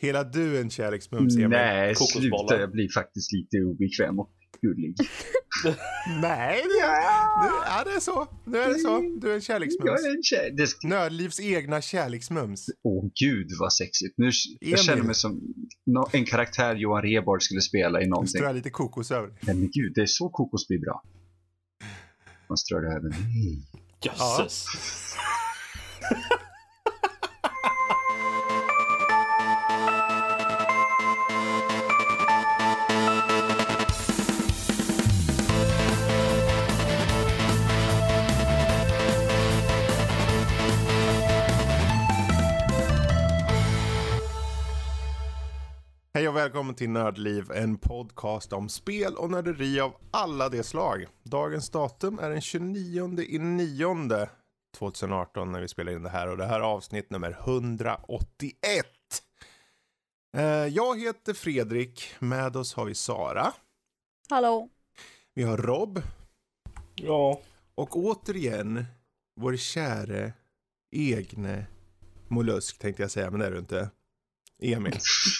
Hela du en kärleksmums, Emil? Nej, sluta. Jag blir faktiskt lite obekväm och gullig. Nej, det är så. Nu är det så. Du är en kärleksmums. Jag är en Nördlivs egna kärleksmums. Gud vad sexigt. Nu, jag känner mig som en karaktär Johan Rheborg skulle spela i någonting. Du strör lite kokos över. Men gud, det är så kokos blir bra. Man strör det över mig. Jösses. Hej och välkommen till Nördliv, en podcast om spel och nörderi av alla de slag. Dagens datum är den 29/9/2018 när vi spelar in det här, och det här är avsnitt nummer 181. Jag heter Fredrik, med oss har vi Sara. Hallå. Vi har Rob. Ja. Och återigen, vår käre egne mollusk tänkte jag säga, men det är du inte. Emil.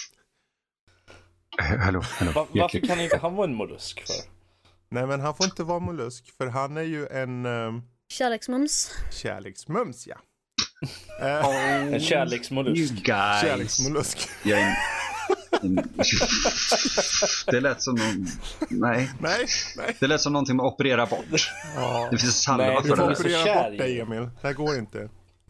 Hallå. Varför kan inte han vara en mollusk för? Nej, men han får inte vara mollusk, för han är ju en... Kärleksmums. Kärleksmums, ja. En kärleksmollusk. Kärleksmollusk. Det lät som någon... Nej. Det lät som någonting man opererar bort. Ja. Det finns salva för det. Du får operera bort dig, Emil. Det här går inte.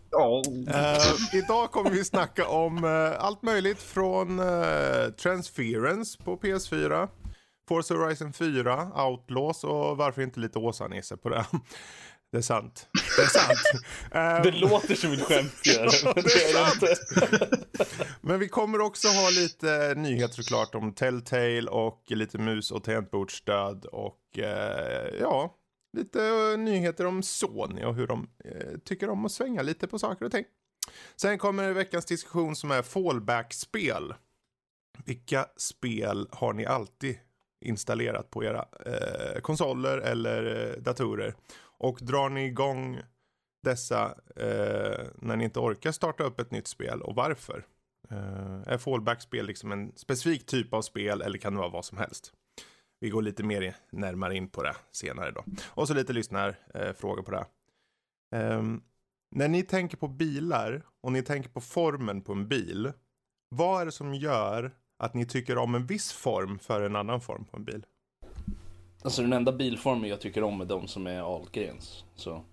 Idag kommer vi snacka om allt möjligt från Transference på PS4, Forza Horizon 4, Outlaws och varför inte lite Åsa-Nisse på det. Det är sant. Det låter som ett skämt. Men vi kommer också ha lite nyheter såklart om Telltale och lite mus- och tangentbordsstöd och lite nyheter om Sony och hur de tycker om att svänga lite på saker och ting. Sen kommer veckans diskussion som är fallback-spel. Vilka spel har ni alltid installerat på era konsoler eller datorer? Och drar ni igång dessa när ni inte orkar starta upp ett nytt spel, och varför? Är fallback-spel liksom en specifik typ av spel, eller kan det vara vad som helst? Vi går lite mer närmare in på det senare då. Och så lite lyssnarfrågor på det. När ni tänker på bilar och ni tänker på formen på en bil, vad är det som gör att ni tycker om en viss form för en annan form på en bil? Alltså den enda bilformen jag tycker om är de som är Ahlgrens. Så.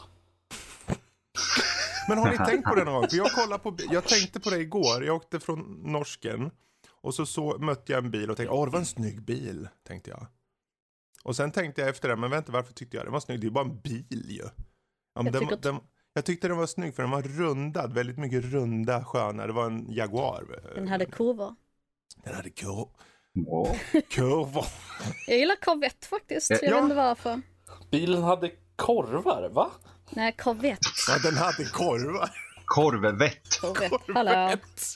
Men har ni tänkt på det någon gång? För jag tänkte på det igår. Jag åkte från Norsken. Och så mötte jag en bil och tänkte, det var en snygg bil, tänkte jag. Och sen tänkte jag efter det, men vänta, varför tyckte jag det var snygg? Det är ju bara en bil ju. Ja, jag tyckte den var snygg för den var rundad, väldigt mycket runda, sköna. Det var en Jaguar. Den hade kurvor. Kurvor. Jag gillar Corvette faktiskt, jag vet inte varför. Bilen hade korvar, va? Nej, Corvette. Ja, den hade korvar. Korvevett. Hallå.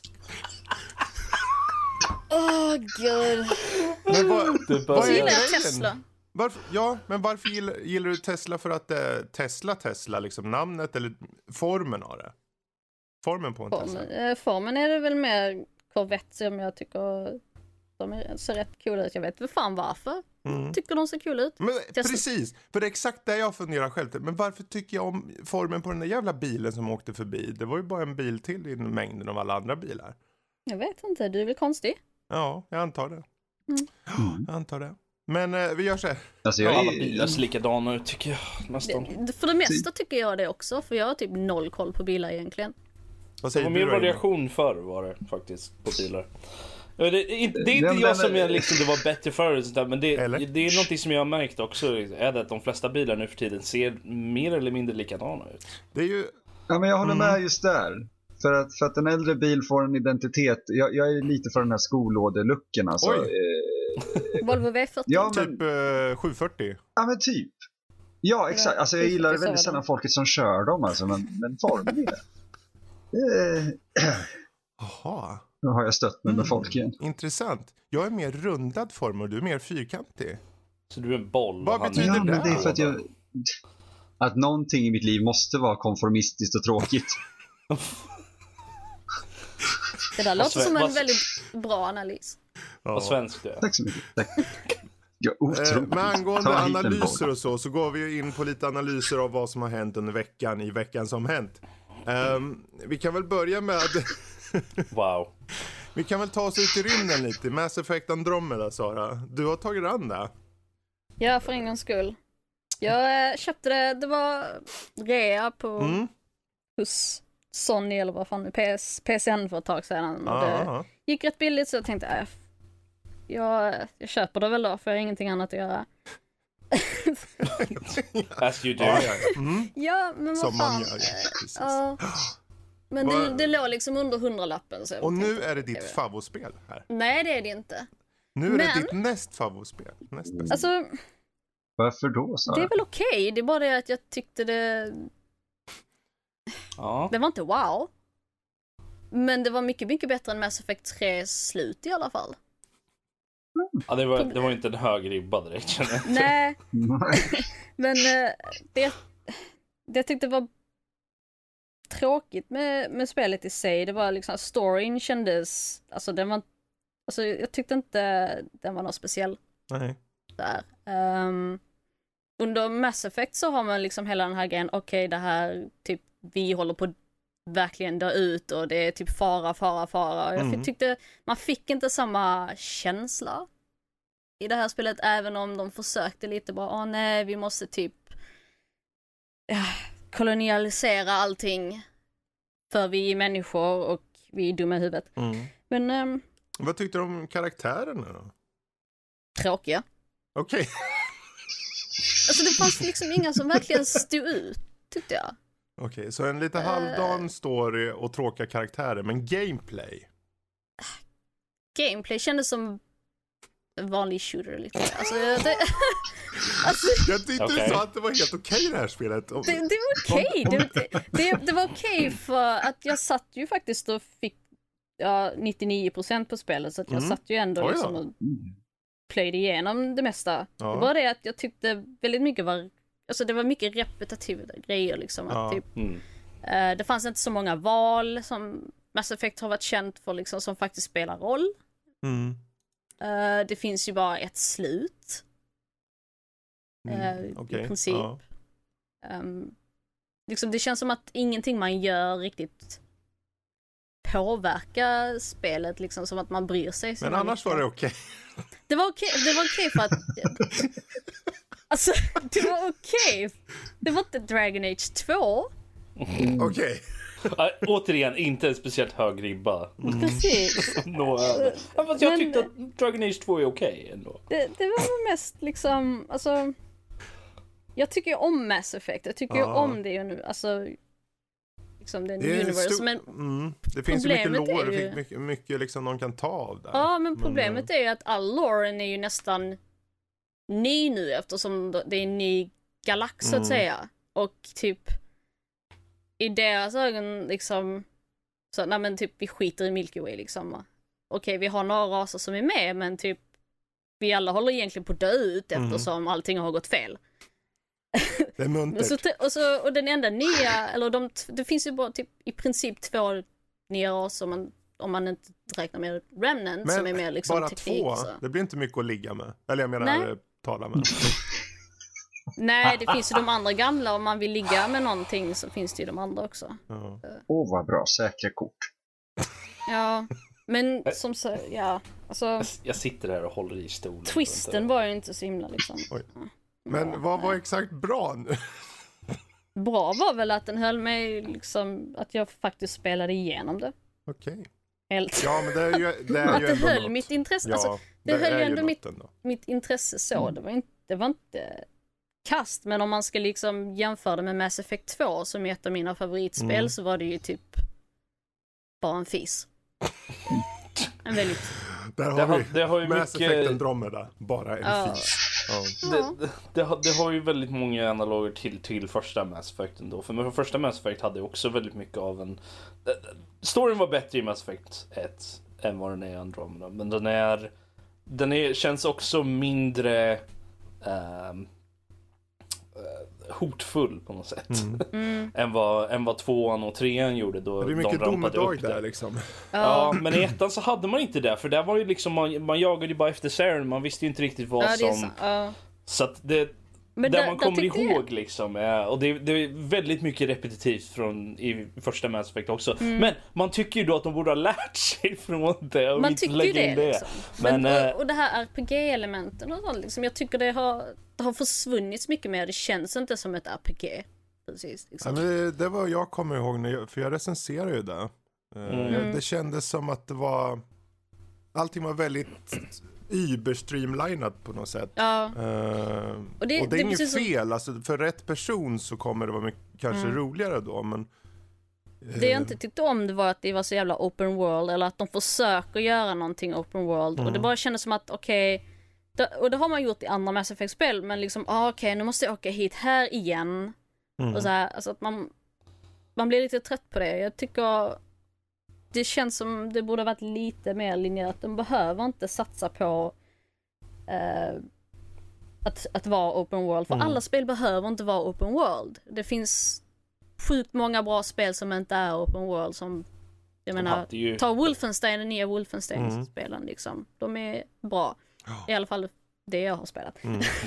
Gud. Men vad är gillar jag grejen? Tesla. Varför gillar du Tesla? För att Tesla liksom namnet eller formen av det? Formen på en Tesla? Formen är det väl mer Corvette som jag tycker de ser rätt coola ut. Jag vet inte fan varför. Tycker de ser coola ut. Men, precis, för det är exakt det jag funderar själv till. Men varför tycker jag om formen på den där jävla bilen som åkte förbi? Det var ju bara en bil till i mängden av alla andra bilar. Jag vet inte, du är väl konstig? Ja, jag antar det. Jag antar det. Men vi gör så här. Alltså, alla bilar ser likadana ut tycker jag nästan. För det mesta tycker jag det också. För jag har typ noll koll på bilar egentligen. Det var mer variation förr var det faktiskt på bilar. Det är inte jag som är liksom det var bättre förr, men det är någonting som jag har märkt också, är det att de flesta bilar nu för tiden ser mer eller mindre likadana ut. Det är ju... Ja, men jag håller med just där. För att en äldre bil får en identitet. Jag är lite för den här skolådelucken alltså. Volvo V40. Ja, men, typ 740. Ja, men typ. Ja, exakt. Alltså jag gillar väldigt sällan folket som kör dem alltså, men formen är det. Jaha. Nu har jag stött mig med folk igen. Intressant. Jag är mer rundad form och du är mer fyrkantig. Så du är en boll. Vad betyder det? Men det är för att någonting i mitt liv måste vara konformistiskt och tråkigt. Det där låter som en väldigt bra analys. Ja. Vad svenskt det är. Tack så mycket. Men angående analyser och så går vi in på lite analyser av vad som har hänt under veckan i veckan som hänt. Vi kan väl börja med wow. Vi kan väl ta oss ut i rymden lite. Mass Effect Andromeda, Sara. Du har tagit an det. Ja, för en gångs skull. Jag köpte det. Det var rea på hos Sony eller vad fan, PSN för ett tag sedan. Och det gick rätt billigt så jag tänkte jag köper det väl då, för jag har ingenting annat att göra. As you do. Ja, men vad som fan. Man gör, ja. Men det låg liksom under 100-lappen. Och nu är det ditt favoritspel här. Nej, det är det inte. Nu är det ditt näst favoritspel. Alltså, varför då, Sara? det är väl okej. Det är bara det att jag tyckte det... Ja. Det var inte wow. Men det var mycket, mycket bättre än Mass Effect 3 slut i alla fall. Ja, det var inte en hög ribba direkt, känner jag. Nej. Men det jag tyckte var tråkigt med spelet i sig, det var liksom storyn kändes, alltså jag tyckte inte den var något speciell. Nej. Där. Under Mass Effect så har man liksom hela den här grejen, okej, det här typ vi håller på verkligen dö ut och det är typ fara. Jag tyckte man fick inte samma känsla i det här spelet, även om de försökte lite bara, nej, vi måste typ kolonialisera allting för vi är människor och vi är dumma i huvudet. Men vad tyckte du om karaktärerna då? Tråkiga. Okej. Alltså det fanns liksom inga som verkligen stod ut, tyckte jag. Okej, så en lite halvdan story och tråkiga karaktärer, men gameplay? Gameplay kändes som en vanlig shooter lite. Alltså, jag tyckte du sa att det var helt okej det här spelet. Det var okej. Det var okej för att jag satt ju faktiskt och fick 99% på spelet, så att jag satt ju ändå liksom och plöjde igenom det mesta. Det var det att jag tyckte väldigt mycket det var mycket repetitiva grejer liksom. Att typ, det fanns inte så många val som Mass Effect har varit känt för liksom, som faktiskt spelar roll. Det finns ju bara ett slut. I princip. Liksom, det känns som att ingenting man gör riktigt påverkar spelet, liksom, som att man bryr sig. Men annars var det okej. Det var okej för att alltså, det var okej. Det var inte Dragon Age 2. Okej. Återigen, inte en speciellt hög ribba. Precis. Fast jag tyckte att Dragon Age 2 är okej ändå. Det var mest liksom, alltså, jag tycker ju om Mass Effect. Jag tycker ju om det ju nu, alltså liksom den universe, men det finns ju mycket lore, det finns mycket liksom de kan ta av där. Ja, men problemet är ju att all loren är ju nästan ny nu, eftersom det är en ny galax så att säga. Och typ i deras ögon liksom så, nej men typ vi skiter i Milky Way liksom. Okej, vi har några raser som är med, men typ vi alla håller egentligen på att dö ut eftersom allting har gått fel. Det är muntert. och den enda nya, eller det finns ju bara typ i princip 2 nya raser om man inte räknar med Remnant, som är mer liksom bara teknik. 2, så. det blir inte mycket att ligga med. Eller jag menar tala med. Nej, det finns ju de andra gamla. Om man vill ligga med någonting så finns det ju de andra också. Vad bra, säkra kort. Ja, men som så, alltså, jag sitter där och håller i stolen. Twisten var ju inte så himla liksom. Men vad var exakt bra nu? Bra var väl att den höll mig liksom, att jag faktiskt spelade igenom det. Okej. Helt. Ja, men det är ju att det höll något. Mitt intresse, alltså, det höll ju ändå mitt intresse så. Det var inte kast, men om man ska liksom jämföra det med Mass Effect 2 som är ett av mina favoritspel, så var det ju typ bara en fis. En väldigt... Där har vi Mass Effect Andromeda, bara en fis. Det har ju väldigt många analoger till första Mass Effect ändå. För första Mass Effect hade också väldigt mycket av en... Storyn var bättre i Mass Effect 1 än vad den är i Andromeda. Men känns också mindre... hotfull på något sätt. än vad 2:an och 3:an gjorde då det är mycket domedag där liksom. Ja, men i 1:an så hade man inte det, för där var ju liksom man jagade ju bara efter Saren, man visste ju inte riktigt vad som så att det men där man kommer ihåg liksom, och det är väldigt mycket repetitivt från i första Mass Effect också. Men man tycker ju då att de borde ha lärt sig från det och man inte tycker lägga in det. Liksom. Men, och det här RPG-elementen och sånt, liksom, jag tycker det har försvunnit mycket mer. Det känns inte som ett RPG. Precis, liksom. Ja, men det var jag kommer ihåg, för jag recenserade ju det. Det kändes som att det var allting var väldigt überstreamlinat på något sätt. Ja. Och det är inget fel. Alltså, för rätt person så kommer det vara kanske roligare då. Men, det jag inte tyckte om det var att det var så jävla open world. Eller att de försöker göra någonting open world. Och det bara kändes som att och det har man gjort i andra Mass Effect-spel. Men liksom, nu måste jag åka hit här igen. Och så här, alltså att man blir lite trött på det. Jag tycker det känns som det borde ha varit lite mer linjerat. De behöver inte satsa på att vara open world. För alla spel behöver inte vara open world. Det finns sjukt många bra spel som inte är open world. Som, jag menar, ta Wolfenstein, den nya Wolfenstein-spelen liksom. De är bra. I alla fall det jag har spelat.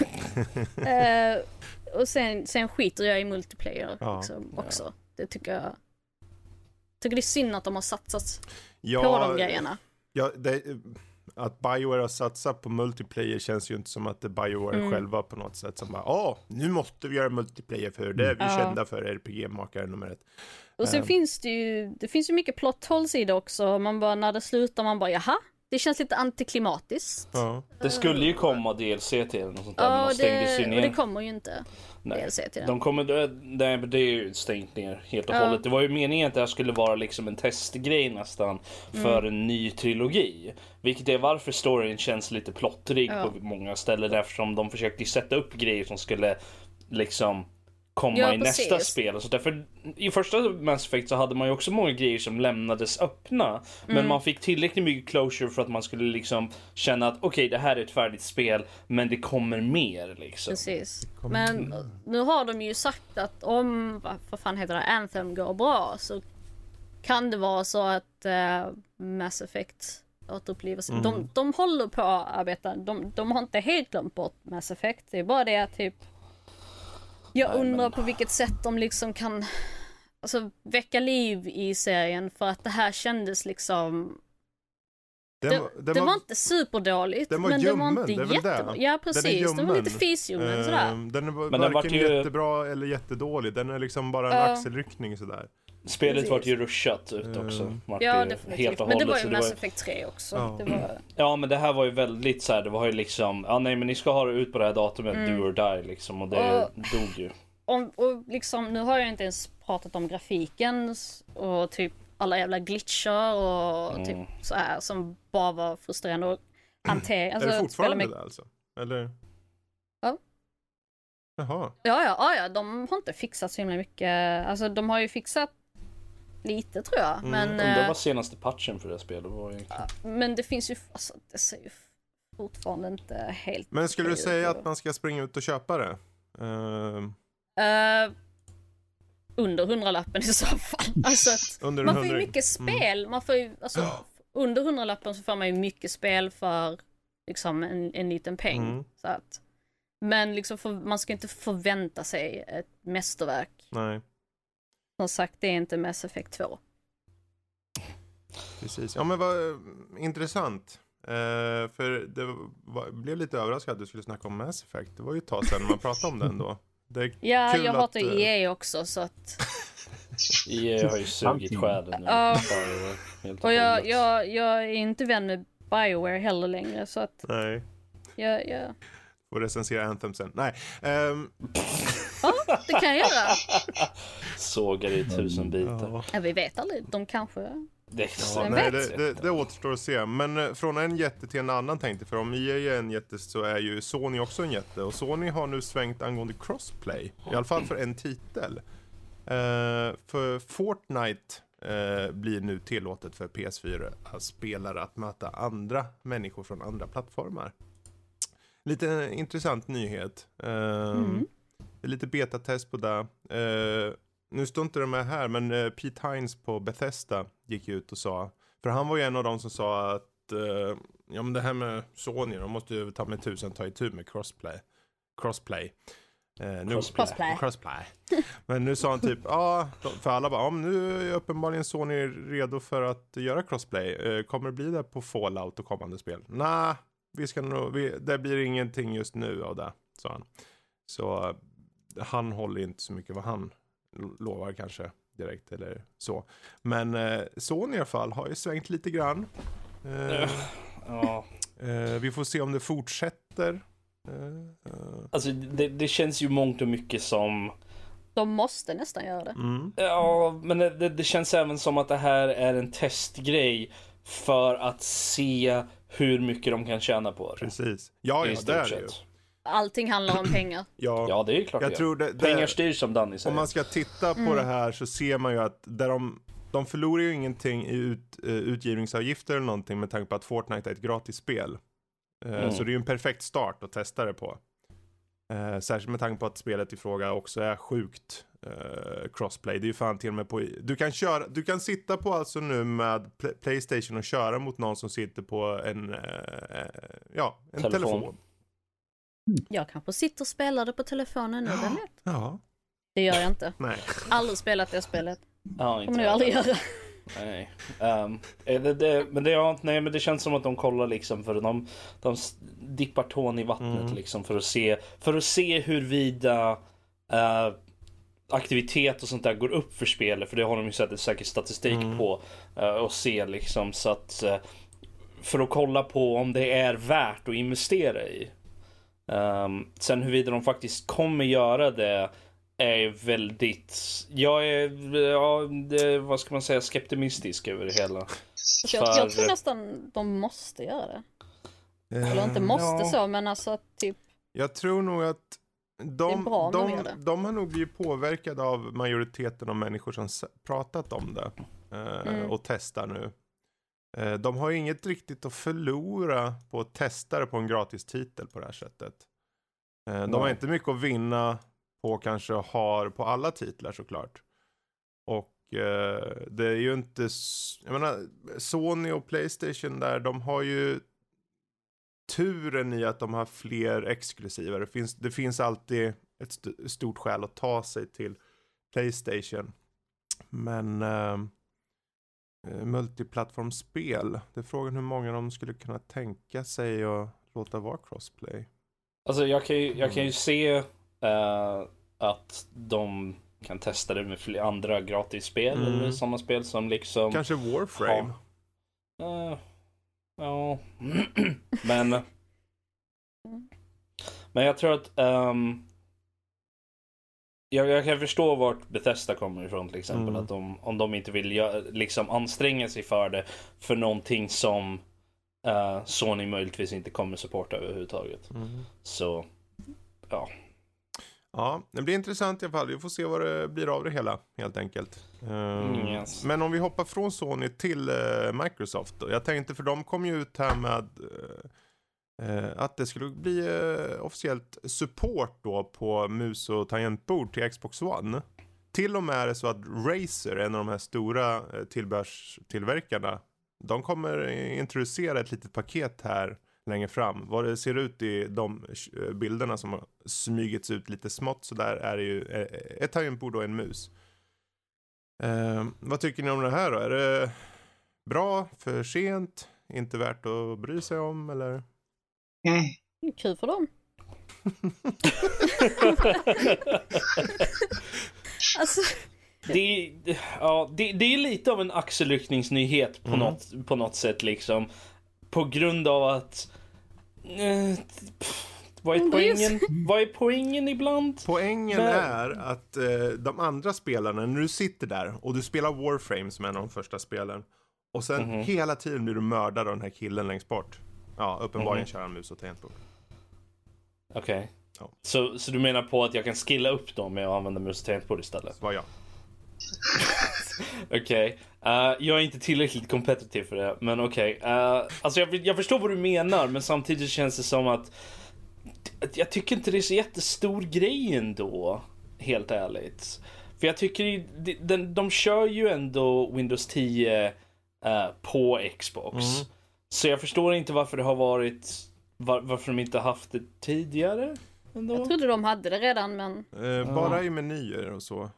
Och sen skiter jag i multiplayer liksom, också. Det tycker jag. Tycker det är synd att de har satsat på de grejerna. Ja, att BioWare har satsat på multiplayer känns ju inte som att det är BioWare själva på något sätt som bara, nu måste vi göra multiplayer för det är vi kända för RPG-makare nummer 1. Och sen finns det finns ju mycket plot holes i det också. Man bara, när det slutar man bara, jaha, det känns lite antiklimatiskt. Det skulle ju komma DLC till den och sånt där, men de stängdes ju ner. Och det kommer ju inte DLC till den. Det är ju stängt ner helt och hållet. Det var ju meningen att det här skulle vara liksom en testgrej nästan för en ny trilogi. Vilket är varför storyn känns lite plottrig på många ställen, eftersom de försökte sätta upp grejer som skulle liksom komma i nästa spel och så därför i första Mass Effect så hade man ju också många grejer som lämnades öppna, men man fick tillräckligt mycket closure för att man skulle liksom känna att okej, det här är ett färdigt spel, men det kommer mer liksom. Precis. Men nu har de ju sagt att om vad fan heter det, Anthem går bra, så kan det vara så att Mass Effect återupplivas. De håller på att arbeta. De har inte helt glömt bort Mass Effect. Det är bara det att typ jag undrar på vilket sätt de liksom kan väcka liv i serien, för att det här kändes liksom det var inte superdåligt, men det var inte jättebra. Ja, precis. Den var lite fisljummen sådär. Den är varken jättebra eller jättedåligt. Den är liksom bara en axelryckning sådär. Spelet var ju rushat ut också. Ja, definitivt. Men det var ju Mass Effect 3 också. Det var... Ja, men det här var ju väldigt så här, det var ju liksom, nej men ni ska ha det ut på det här datumet, do or die liksom, och det dog ju. Och liksom, nu har jag inte ens pratat om grafiken och typ alla jävla glitchar och typ så här som bara var frustrerande att hantera. Är det fortfarande det alltså? Eller? Ja. Jaha. Ja, de har inte fixat så himla mycket. Alltså de har ju fixat lite, tror jag. Men det var senaste patchen för det spelet var ju... Men det finns ju, alltså det ser ju fortfarande inte helt... Men skulle du säga att man ska springa ut och köpa det? Under 100-lappen i så fall. Alltså man får ju mycket spel. Man får ju, under 100-lappen så får man ju mycket spel för liksom en liten peng. Så att, men liksom man ska inte förvänta sig ett mästerverk. Nej. Som sagt, det är inte Mass Effect 2. Precis. Ja, men vad intressant. För det blev lite överraskad att du skulle snacka om Mass Effect. Det var ju ett tag sedan man pratade om den då. Ja, jag hatar EA också, så att... EA har ju sugit själen nu. Och jag är inte vän med BioWare heller längre, så att... Nej. Ja. Och recensera Anthem sen. Nej. Ja, det kan jag göra. Sågar i 1000 bitar. Ja, vi vet aldrig. De kanske... Det återstår att se. Men från en jätte till en annan tänkte, för om EA är en jätte så är ju Sony också en jätte. Och Sony har nu svängt angående crossplay. I alla fall för en titel. För Fortnite blir nu tillåtet för PS4-spelare att möta andra människor från andra plattformar. Lite intressant nyhet. Det är lite betatest på det. Nu står inte de med här, men Pete Hines på Bethesda gick ut och sa, för han var ju en av dem som sa att ja, men det här med Sony, de måste ju ta med 1000 ta itu med crossplay. Crossplay. Men nu sa han typ, för alla bara, nu är uppenbarligen Sony redo för att göra crossplay. Kommer det bli det på Fallout och kommande spel? Nej, det blir ingenting just nu av det, sa han. Så han håller inte så mycket vad han lovar kanske direkt eller så. Men Sony i alla fall har ju svängt lite grann. Vi får se om det fortsätter. Alltså det känns ju mångt och mycket som de måste nästan göra det. Ja, men det känns även som att det här är en testgrej för att se hur mycket de kan tjäna på det. Precis. Ja, det är det ju. Allting handlar om pengar. Ja, det är klart. Jag tror pengar styr, som Danny säger. Om man ska titta på det här så ser man ju att där de förlorar ju ingenting i utgivningsavgifter eller någonting med tanke på att Fortnite är ett gratis spel. Så det är ju en perfekt start att testa det på. Särskilt med tanke på att spelet i fråga också är sjukt crossplay. Det är ju fan till och med på... Du kan sitta på alltså nu med PlayStation och köra mot någon som sitter på en telefon. Jag kanske sitter och spelar det på telefonen nu, vem vet? Ja. Det gör jag inte. Nej. Aldrig spelat det spelet. Ja, inte kommer jag aldrig göra. Nej. Men det känns som att de kollar liksom, för de dippar tån i vattnet liksom för att se huruvida aktivitet och sånt där går upp för spelet, för det har de ju sett säkert statistik på och se liksom, så att för att kolla på om det är värt att investera i. Sen huruvida de faktiskt kommer göra det är väldigt... Jag är, vad ska man säga, skeptimistisk över det hela. Jag tror nästan de måste göra det. Eller inte måste så, men alltså typ... Jag tror nog att de har nog blivit påverkade av majoriteten av människor som pratat om det och testar nu. De har inget riktigt att förlora på att testa det på en gratis titel på det här sättet. De har inte mycket att vinna på, kanske har på alla titlar såklart. Och det är ju inte... Jag menar, Sony och PlayStation där, de har ju turen i att de har fler exklusiva. Det finns alltid ett stort skäl att ta sig till PlayStation. Men multiplattformsspel, det är frågan hur många de skulle kunna tänka sig att låta vara crossplay. Alltså jag kan ju se att de kan testa det med andra gratisspel eller sådana spel som liksom... Kanske Warframe. Ja. Men jag tror att jag kan förstå vart Bethesda kommer ifrån till exempel, att om de inte vill liksom anstränga sig för det, för någonting som Sony möjligtvis inte kommer supporta överhuvudtaget. Så ja, det blir intressant i alla fall. Vi får se vad det blir av det hela, helt enkelt. Yes. Men om vi hoppar från Sony till Microsoft då. Jag tänkte, för de kom ju ut här med att det skulle bli officiellt support då på mus- och tangentbord till Xbox One. Till och med är det så att Razer, en av de här stora tillbehörstillverkarna, de kommer introducera ett litet paket här längre fram. Vad det ser ut i de bilderna som har smygits ut lite smått, så där är det ju ett tangentbord och en mus. Vad tycker ni om det här då? Är det bra, för sent, inte värt att bry sig om, eller? Kul för dem. Alltså... Det är lite av en axelryckningsnyhet på något sätt liksom. På grund av att vad är poängen ibland? Poängen är att de andra spelarna, när du sitter där och du spelar Warframe som är en av de första spelen, och sen hela tiden blir du mördad av den här killen längst bort. Ja, uppenbarligen kör han mus och tangentbord. Okej. Ja. Så du menar på att jag kan skilla upp dem med att använda mus och tangentbord istället? Vad ja. Okej. Jag är inte tillräckligt kompetitiv för det, men okej. Alltså jag förstår vad du menar, men samtidigt känns det som att jag tycker inte det är så jättestor grej ändå, helt ärligt. För jag tycker de kör ju ändå Windows 10 på Xbox. Så jag förstår inte varför det har varit, varför de inte har haft det tidigare ändå. Jag trodde de hade det redan, men bara i menyer och så.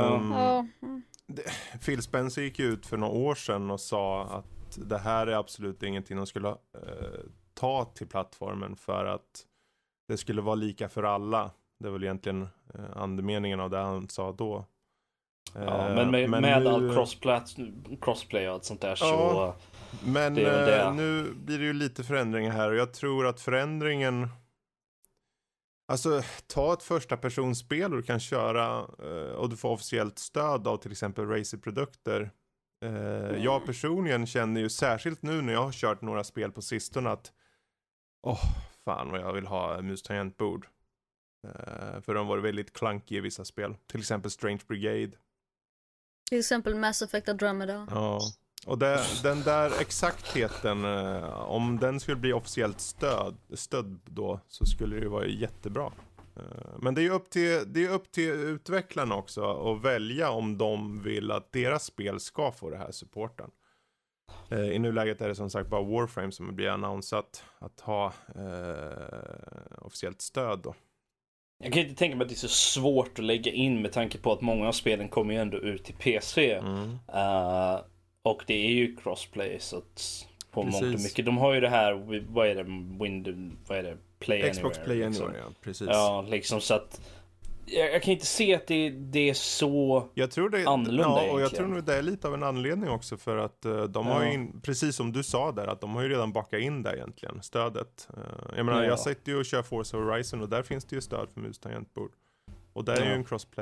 Phil Spencer gick ut för några år sedan och sa att det här är absolut ingenting de skulle ta till plattformen, för att det skulle vara lika för alla. Det var väl egentligen andemeningen av det han sa då. Men med nu, all crossplay och allt sånt där, så men nu blir det ju lite förändringar här, och jag tror att förändringen, alltså ta ett första personspel och du kan köra och du får officiellt stöd av till exempel Razer-produkter. Jag personligen känner ju särskilt nu när jag har kört några spel på sistone att fan vad jag vill ha mus-tangentbord. För de var väldigt clunky i vissa spel. Till exempel Strange Brigade. Till exempel Mass Effect Andromeda. Ja, och den där exaktheten, om den skulle bli officiellt stöd då, så skulle det ju vara jättebra. Men det är upp till utvecklarna också att välja om de vill att deras spel ska få det här supporten. I nuläget är det som sagt bara Warframe som blir annonsat att ha officiellt stöd då. Jag kan inte tänka mig att det är så svårt att lägga in, med tanke på att många av spelen kommer ju ändå ut till PC. Och det är ju crossplay, så att på mångt och mycket. De har ju det här, vad är det? Play Xbox Anywhere, Play liksom. Anywhere, ja, precis. Ja, liksom, så att jag kan inte se att det är så annorlunda. Ja, och jag tror nog det är lite av en anledning också, för att de har ju, precis som du sa där, att de har ju redan bakat in det egentligen, stödet. Jag menar, jag sitter ju och kör Forza Horizon, och där finns det ju stöd för mus-tangentbord. Och där är ju en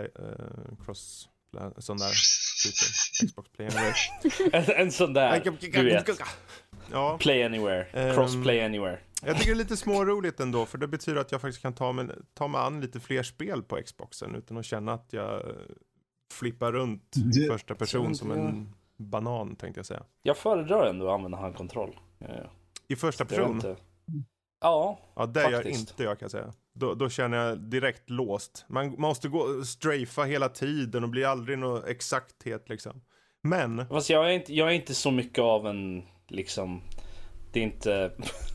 sån där Xbox Play Anywhere. en sån där, du vet. Ja. Play Anywhere, Cross-Play Anywhere. Jag tycker det är lite småroligt ändå, för det betyder att jag faktiskt kan ta mig an lite fler spel på Xboxen utan att känna att jag flippar runt i första person som en banan, tänkte jag säga. Jag föredrar ändå att använda handkontroll. I första person? Ja, det gör inte jag, kan säga. Då känner jag direkt låst. Man måste gå och strafa hela tiden och blir aldrig någon exakthet liksom. Men fast jag är inte så mycket av en liksom, det är inte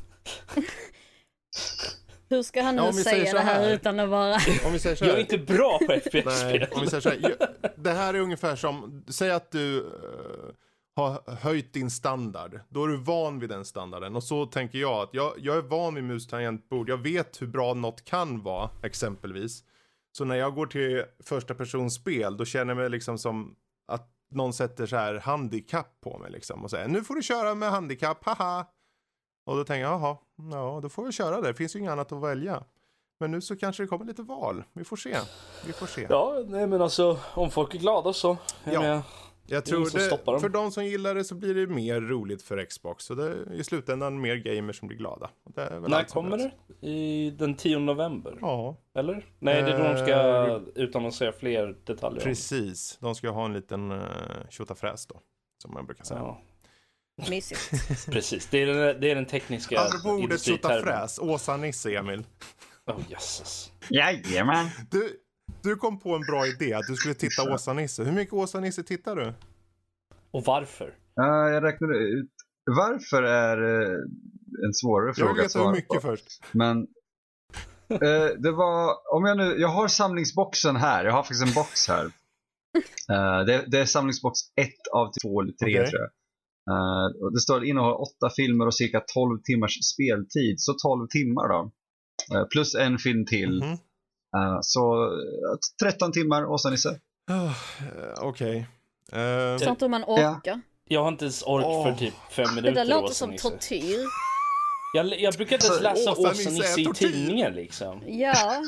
Hur ska han nu säga det här utan att vara... Om vi säger så här. Jag är inte bra på FPS-spel. Om vi säger så här. Det här är ungefär som, säg att du har höjt din standard. Då är du van vid den standarden. Och så tänker jag att jag är van vid mus-tangentbord. Jag vet hur bra något kan vara, exempelvis. Så när jag går till första personspel, då känner jag mig liksom som att någon sätter så här handikapp på mig liksom. Och säger, nu får du köra med handikapp, haha. Och då tänker jag, då får vi köra det. Det finns ju inget annat att välja. Men nu så kanske det kommer lite val. Vi får se. Ja, nej men alltså, om folk är glada så. Jag tror det, för de som gillar det så blir det mer roligt för Xbox. Så det är i slutändan mer gamers som blir glada. Det är väl när kommer det? I den 10 november? Ja. Eller? Nej, det är då de ska utannonsera fler detaljer. Precis. De ska ha en liten tjotafräs då, som man brukar säga. Ja. Mysigt. Precis, det är den tekniska apropå ordet tjotafräs, Åsa-Nisse, Emil. Jesus. Jajamän. Du kom på en bra idé att du skulle titta Åsa-Nisse. Hur mycket Åsa-Nisse tittar du? Och varför? Jag räknade ut. Varför är en svårare fråga. Jag vill veta hur mycket först. Men det var, jag har samlingsboxen här. Jag har faktiskt en box här. Det är samlingsbox 1 av 2 eller 3 tror jag. Det står att innehåller 8 filmer och cirka 12 timmars speltid. Så 12 timmar då. Plus en film till. Så 13 timmar, Åsa-Nisse. Okej. Sånt om man orkar. Jag har inte ens ork för typ 5 minuter. Det där låter som tortyr. Jag brukar inte ens läsa Åsa-Nisse i tidningen liksom. Ja.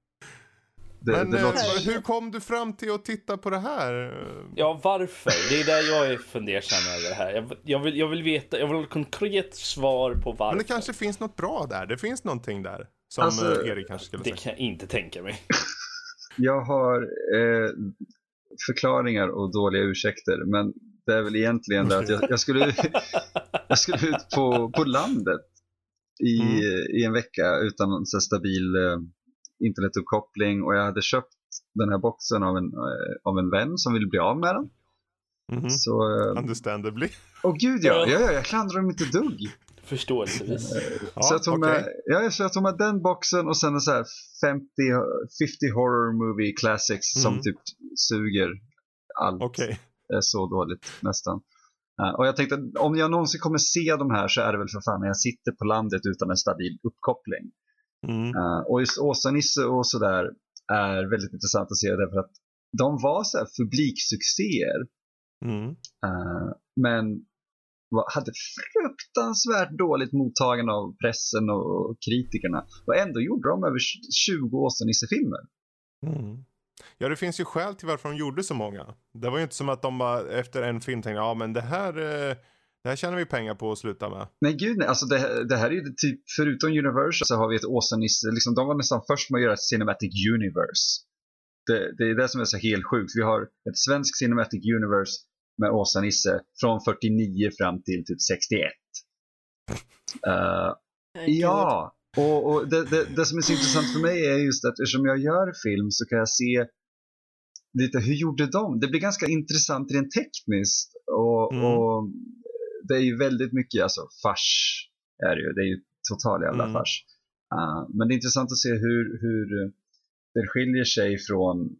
Hur kom du fram till att titta på det här? Ja, varför? Det är där jag är fundersam över det här. Jag vill veta, jag vill ha ett konkret svar på varför. Men det kanske finns något bra där. Det finns någonting där som Erik kanske skulle säga. Det kan jag inte tänka mig. Jag har förklaringar och dåliga ursäkter, men det är väl egentligen det att jag skulle ut på landet i en vecka utan en så stabil internetuppkoppling, och jag hade köpt den här boxen av en vän som ville bli av med den. Så, understandably. Gud ja, jag klandrar dem inte dugg. Förståelsevis. Så jag tog med den boxen och sen en så här 50 horror movie classics som typ suger allt. Är så dåligt nästan. Och jag tänkte, om jag någonsin kommer se de här så är det väl för fan när jag sitter på landet utan en stabil uppkoppling. Och just Åsa-Nisse och sådär är väldigt intressant att se, därför att de var så här publiksuccéer. Men hade fruktansvärt dåligt mottagande av pressen och kritikerna. Och ändå gjorde de över 20 Åsa-Nisse-filmer. Ja, det finns ju skäl till varför de gjorde så många. Det var ju inte som att de bara efter en film tänkte, ja men det här tjänar vi pengar på att sluta med. Nej gud nej, alltså det här är ju typ, förutom Universal så har vi ett Åsa-Nisse, liksom, de var nästan först med att göra ett Cinematic Universe. Det är det som är så helt sjukt. Vi har ett svensk Cinematic Universe med Åsa-Nisse från 49 fram till typ 61. Ja, och det som är så intressant för mig är just att eftersom jag gör film så kan jag se lite, hur gjorde de? Det blir ganska intressant rent tekniskt och det är ju väldigt mycket, alltså fars är det är ju total jävla fars. Men det är intressant att se hur det skiljer sig från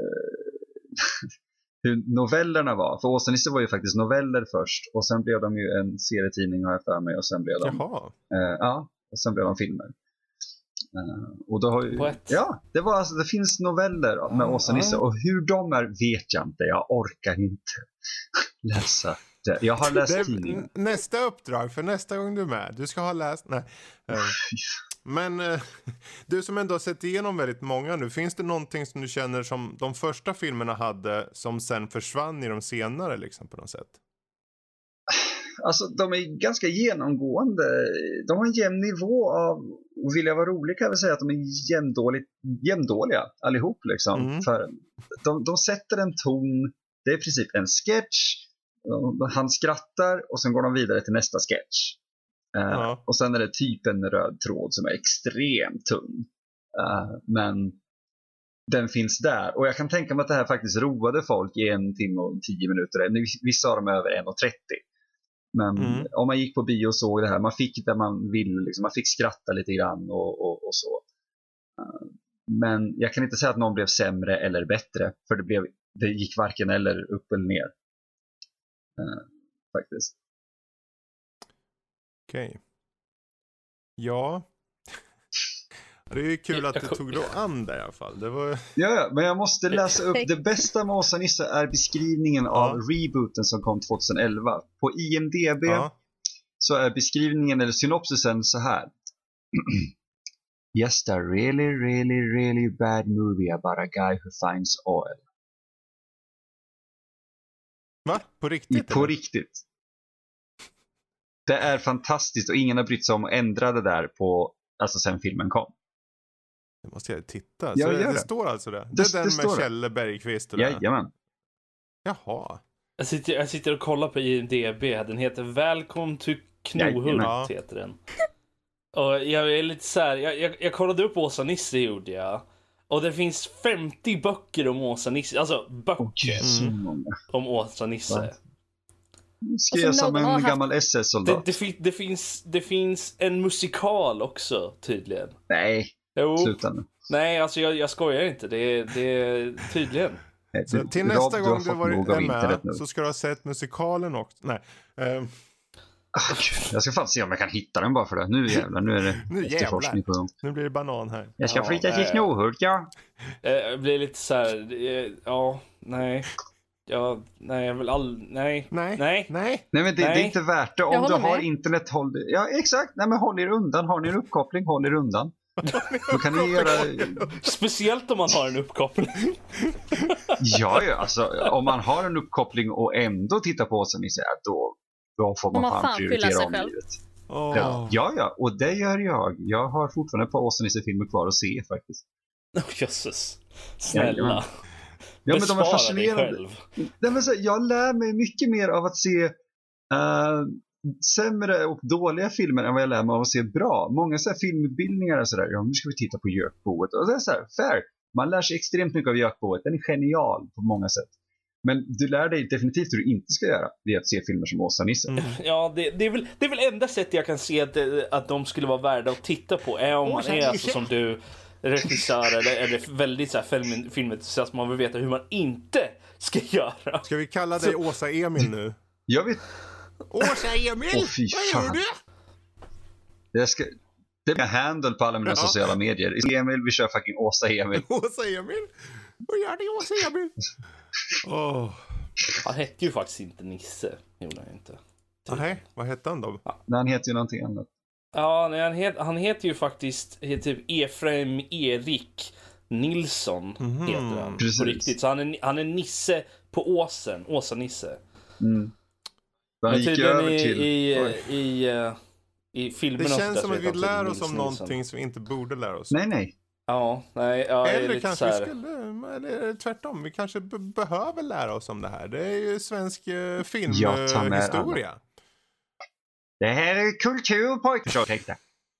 hur novellerna var. För Åsa-Nisse var ju faktiskt noveller först, och sen blev de ju en serietidning har jag för mig, och sen blev de och sen blev de filmer. Och då har ju, det var alltså, det finns noveller med Åsa-Nisse, och hur de är vet jag inte. Jag orkar inte läsa det. Jag har läst tidningen. Nästa uppdrag för nästa gång du är med. Du ska ha läst. Nej. Men du som ändå har sett igenom väldigt många nu, finns det någonting som du känner som de första filmerna hade som sen försvann i de senare liksom på något sätt? Alltså de är ganska genomgående. De har en jämn nivå av, och vill jag vara rolig kan jag väl säga att de är jämndåliga allihop liksom. För de sätter en ton, det är i princip en sketch, han skrattar och sen går de vidare till nästa sketch. Och sen är det typ en röd tråd som är extremt tunn. Men den finns där. Och jag kan tänka mig att det här faktiskt roade folk i 1 timme och 10 minuter. Vissa av dem är över 1:30. Men om man gick på bio och såg det här, man fick det man ville, liksom, man fick skratta lite grann och så. Men jag kan inte säga att någon blev sämre eller bättre, för det gick varken eller upp eller ner. Faktiskt. Okej. Ja. Det är ju kul att du tog då an det i alla fall. Det var... Ja, men jag måste läsa upp. Det bästa med Åsa-Nisse är beskrivningen av rebooten som kom 2011. På IMDb så är beskrivningen eller synopsisen så här. Just a really, really, really bad movie about a guy who finds oil. Va? På riktigt? På riktigt. Det är fantastiskt och ingen har brytt sig om att ändra det där på, alltså sen filmen kom. Det måste jag titta. Så det står alltså det. Det är den med Kjelle Bergqvist och jajamän. Jaha. Jag sitter och kollar på IMDb. Den heter Välkommen till Knohult heter den. Och jag är lite så här, jag kollade upp Åsa-Nisse gjorde jag. Och det finns 50 böcker om Åsa-Nisse. Alltså böcker om Åsa-Nisse. Skrev alltså, som en gammal SS-soldat. Det finns en musikal också tydligen. Nej, sluta nu. Nej, alltså jag skojar inte. Det är tydligen. Så till nästa gång du var med så ska du ha sett musikalen också. Nej. Jag ska fan se om jag kan hitta den bara för det. Nu jävlar, nu är det efterforskning på dem. Nu blir det banan här. Jag ska flytta till Knohult, Det blir lite så här, nej. Ja, nej, jag vill nej. Nej, men det är inte värt det. Om du har internet, ja, exakt. Nej, men håll er undan. Har ni en uppkoppling, håll er undan. Då kan ni göra... Speciellt om man har en uppkoppling. Ja, alltså om man har en uppkoppling och ändå tittar på oss, då får man fan prioritera om livet. Ja, och det gör jag. Jag har fortfarande ett par Åsa-Nisse-filmer kvar att se faktiskt. Jösses. Snälla. Ja, men de är fascinerande. Jag lär mig mycket mer av att se sämre och dåliga filmer än vad jag lär mig av att se bra. Många så här filmutbildningar och sådär, nu ska vi titta på Gökboet. Och det är så här, fair. Man lär sig extremt mycket av Gökboet. Den är genial på många sätt. Men du lär dig definitivt hur du inte ska göra. Det är att se filmer som Åsa-Nisse. Ja, det är väl enda sättet jag kan se att de skulle vara värda att titta på. Är om man är alltså som du, regissör eller väldigt så här filmentusiast. Man vill veta hur man inte ska göra. Ska vi kalla dig Åsa Emil nu? Jag vet. Åsa Emil! Vad gör du? Det blir handle på alla mina sociala medier. Emil, vi kör fucking Åsa Emil. Åsa Emil? Vad gör det Åsa Emil? Han hette ju faktiskt inte Nisse. Gjorde han inte. Nej, vad hette han då? Ja. Han heter ju någonting annat. Ja, nej, han heter ju faktiskt typ Efraim Erik Nilsson heter han. Precis. På riktigt. Så han är Nisse på Åsen. Åsa-Nisse. Han gick över i filmerna. Det känns som att vi lär oss om någonting som vi inte borde lära oss. Nej. Ja, eller kanske vi skulle, eller tvärtom, vi kanske behöver lära oss om det här. Det är ju svensk filmhistoria. Det här är kulturpojkar.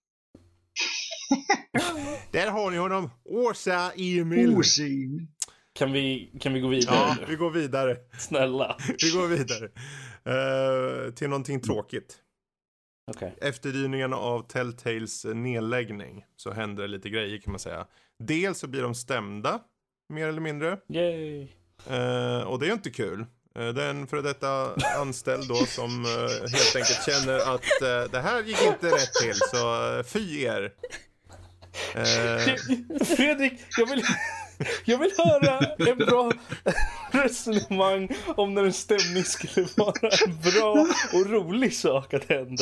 Där har ni honom, Åsa Emil. Kan vi gå vidare? Ja, vi går vidare. Snälla. Vi går vidare. Till någonting tråkigt. Okay. Efterdyningarna av Telltales nedläggning så händer det lite grejer kan man säga. Dels så blir de stämda, mer eller mindre. Yay. Och det är ju inte kul. Det är en för detta anställd då som helt enkelt känner att det här gick inte rätt till, så fy er. Fredrik, jag vill höra en bra resonemang om när en stämning skulle vara en bra och rolig sak att hända.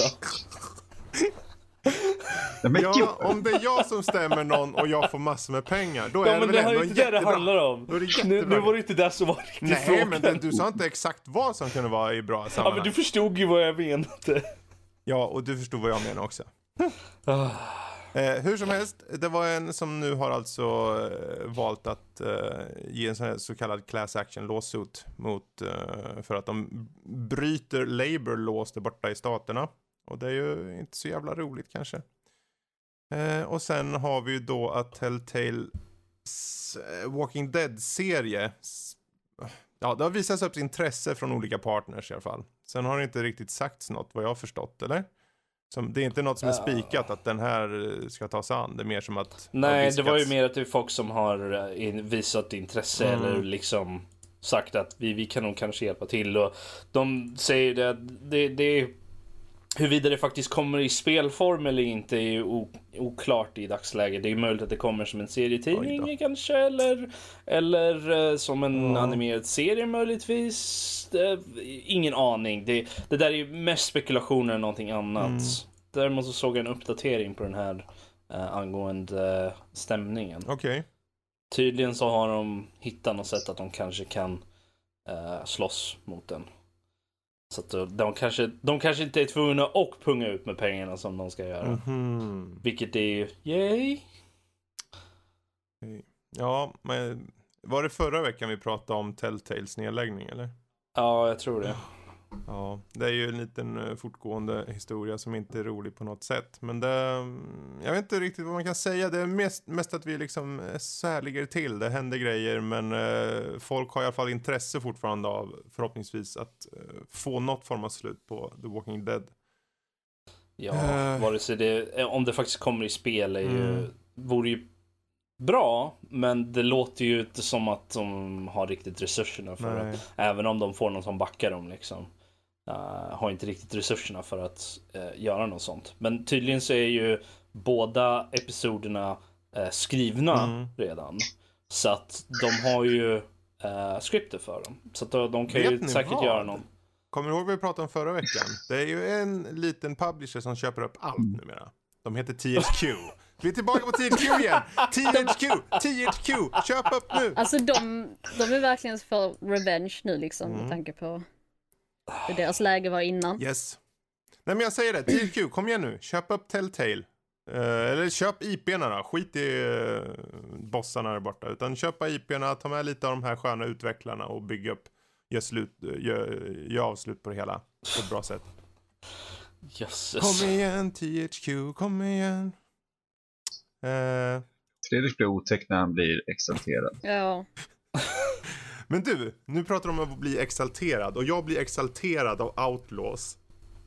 Ja, om det är jag som stämmer någon och jag får massor med pengar, då är det väl ändå jättebra. Det handlar om. Nu var det inte det som var riktigt. Nej, frågan. Men du sa inte exakt vad som kunde vara i bra sammanhang. Ja, men du förstod ju vad jag menade. Ja, och du förstod vad jag menar också. Hur som helst, det var en som nu har alltså valt att ge en sån här så kallad class action lawsuit mot, för att de bryter labor laws där borta i staterna. Och det är ju inte så jävla roligt kanske. Och sen har vi ju då att Telltales Walking Dead-serie, ja, det har visats upp intresse från olika partners i alla fall. Sen har det inte riktigt sagts något vad jag har förstått, eller? Det är inte något som är spikat att den här ska ta sig an. Det är mer som att... Nej, det var ju mer att det är folk som har visat intresse eller liksom sagt att vi kan nog kanske hjälpa till. Och de säger det huruvida det faktiskt kommer i spelform eller inte är oklart i dagsläget. Det är möjligt att det kommer som en serietidning kanske, eller som en animerad serie möjligtvis. Ingen aning. Det där är mest spekulationer än någonting annat. Däremot så såg jag en uppdatering på den här angående stämningen. Okej. Tydligen så har de hittat något sätt att de kanske kan slåss mot den. Så att de kanske inte är tvungna att punga ut med pengarna som de ska göra. Vilket är yay. Ja, men var det förra veckan vi pratade om Telltales nedläggning, eller? Ja, jag tror det. Ja, det är ju en liten fortgående historia som inte är rolig på något sätt. Men jag vet inte riktigt vad man kan säga. Det är mest att vi liksom särliger till. Det händer grejer, men folk har i alla fall intresse fortfarande av förhoppningsvis att få något form av slut på The Walking Dead. Ja, vare sig om det faktiskt kommer i spel vore ju bra, men det låter ju inte som att de har riktigt resurserna för det. Även om de får någon som backar dem liksom. Har inte riktigt resurserna för att göra något sånt. Men tydligen så är ju båda episoderna skrivna redan. Så att de har ju skripter för dem. Så att de kan ju säkert göra något. Kommer du ihåg vad vi pratade om förra veckan? Det är ju en liten publisher som köper upp allt numera. De heter THQ. Vi är tillbaka på THQ igen. THQ, köp upp nu. Alltså de är verkligen för revenge nu liksom, med tanke på hur deras läge var innan. Yes. Nej, men jag säger det, THQ, kom igen nu. Köp upp Telltale. Eller köp IP-erna då. Skit i bossarna där borta. Utan köpa IP-erna, ta med lite av de här sköna utvecklarna och bygga upp, gör avslut på det hela på ett bra sätt. Jösses. Kom igen THQ, kom igen. Fredrik blir otäck när han blir exalterad. Ja. Men du, nu pratar de om att bli exalterad. Och jag blir exalterad av Outlaws.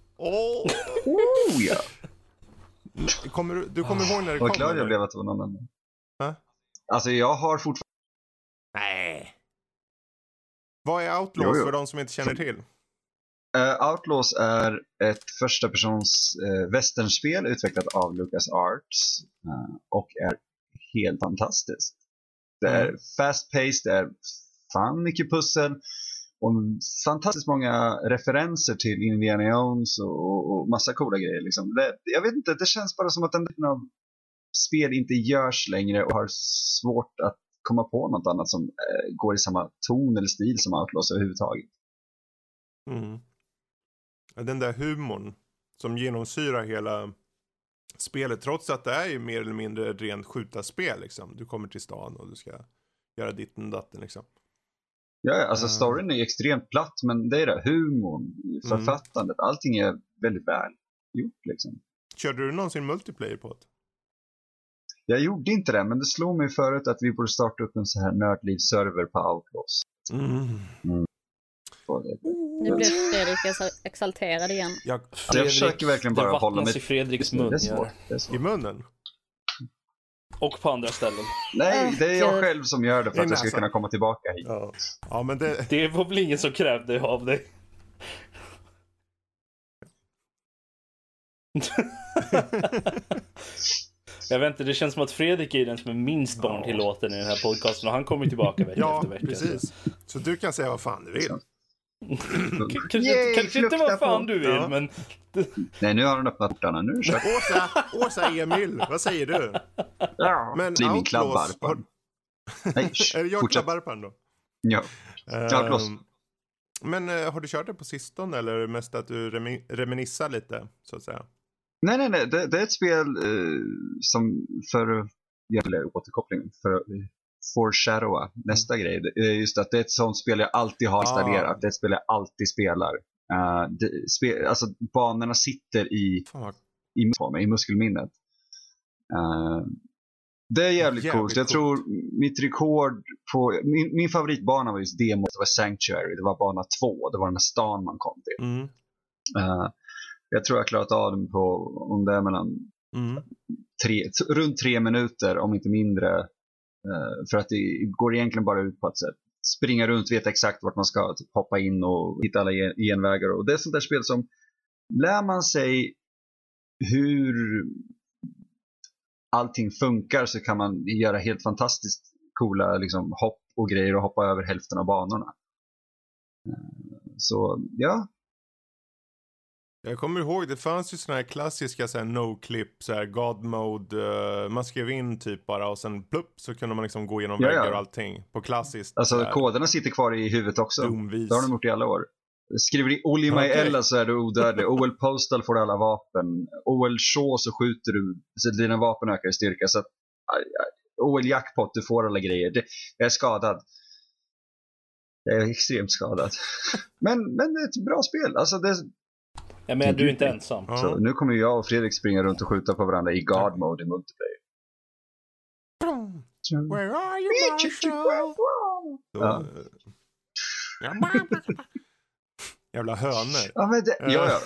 Ja. Du kommer ihåg när det kom? Vad glad jag blev att det var någon annan. Alltså jag har fortfarande... Nej. Vad är Outlaws för de som inte känner till? Outlaws är ett första persons westernspel utvecklat av LucasArts och är helt fantastiskt. Det är fast-paced, det är fan mycket pussel och fantastiskt många referenser till Indiana Jones och massa coola grejer liksom. Jag vet inte, det känns bara som att den typen av spel inte görs längre och har svårt att komma på något annat som går i samma ton eller stil som Outlaws överhuvudtaget. Den där humorn som genomsyrar hela spelet, trots att det är ju mer eller mindre ett rent skjutarspel liksom. Du kommer till stan och du ska göra ditten och datten liksom. Ja, alltså storyn är extremt platt, men det är det, humorn, författandet, allting är väldigt väl gjort liksom. Körde du någonsin multiplayer på det? Jag gjorde inte det, men det slog mig förut att vi borde starta upp en så här nördliv-server på Outlaws. Nu blev Fredrik exalterad igen. Jag försöker verkligen bara hålla mig i Fredriks mun. Det är svårt. I munnen? Och på andra ställen. Nej, det är jag själv som gör det för att jag ska kunna komma tillbaka hit. Ja, men det var väl ingen som krävde av dig. Jag vet inte, det känns som att Fredrik är den som är minst barntillåten i den här podcasten och han kommer tillbaka vecka efter vecka. Precis. Så du kan säga vad fan du vill. Kanske inte vad fan du vill, men... Nej, nu har han öppnat portarna. Nu kör Åsa Emil, vad säger du? Ja, men det är min klabbarpan. Nej, är det jag klabbarpan då? Ja, Outlaws. Men har du kört det på sistone eller är det mest att du reminissar lite, så att säga? Nej, det är ett spel som för återkoppling för foreshadowa nästa grej. Just att det är ett sånt spel jag alltid har installerat. Det är ett spel jag alltid spelar. Alltså banorna sitter i muskelminnet. Det är jävligt coolt. Jag tror mitt rekord på min favoritbana var just demo. Det var Sanctuary. Det var bana 2. Det var den här stan man kom till. Jag tror jag klarat av den på om det är mellan runt 3 minuter, om inte mindre. För att det går egentligen bara ut på att springa runt, veta exakt vart man ska typ, hoppa in och hitta alla genvägar. Och det är sånt där spel som lär man sig hur allting funkar, så kan man göra helt fantastiskt coola liksom, hopp och grejer och hoppa över hälften av banorna. Så ja. Jag kommer ihåg, det fanns ju såna här klassiska så här no-clip, så här God mode, man skrev in typ bara och sen plupp så kunde man liksom gå igenom väggar och allting på klassiskt. Alltså koderna sitter kvar i huvudet också. Dumvis. Det har de gjort i alla år. Skriver i Oli My Ella så är du odödlig. OL Postal får du alla vapen. OL Shaw så skjuter du så dina vapen ökar i styrka. Så att, OL Jackpot, du får alla grejer. Jag är skadad. Jag är extremt skadad. men det är ett bra spel. Alltså det. Ja, men du är inte ensam. Så nu kommer jag och Fredrik springa runt och skjuta på varandra i God mode i multiplayer. Where are you, Marshall? Jävla hönor. Ja, men det, ja.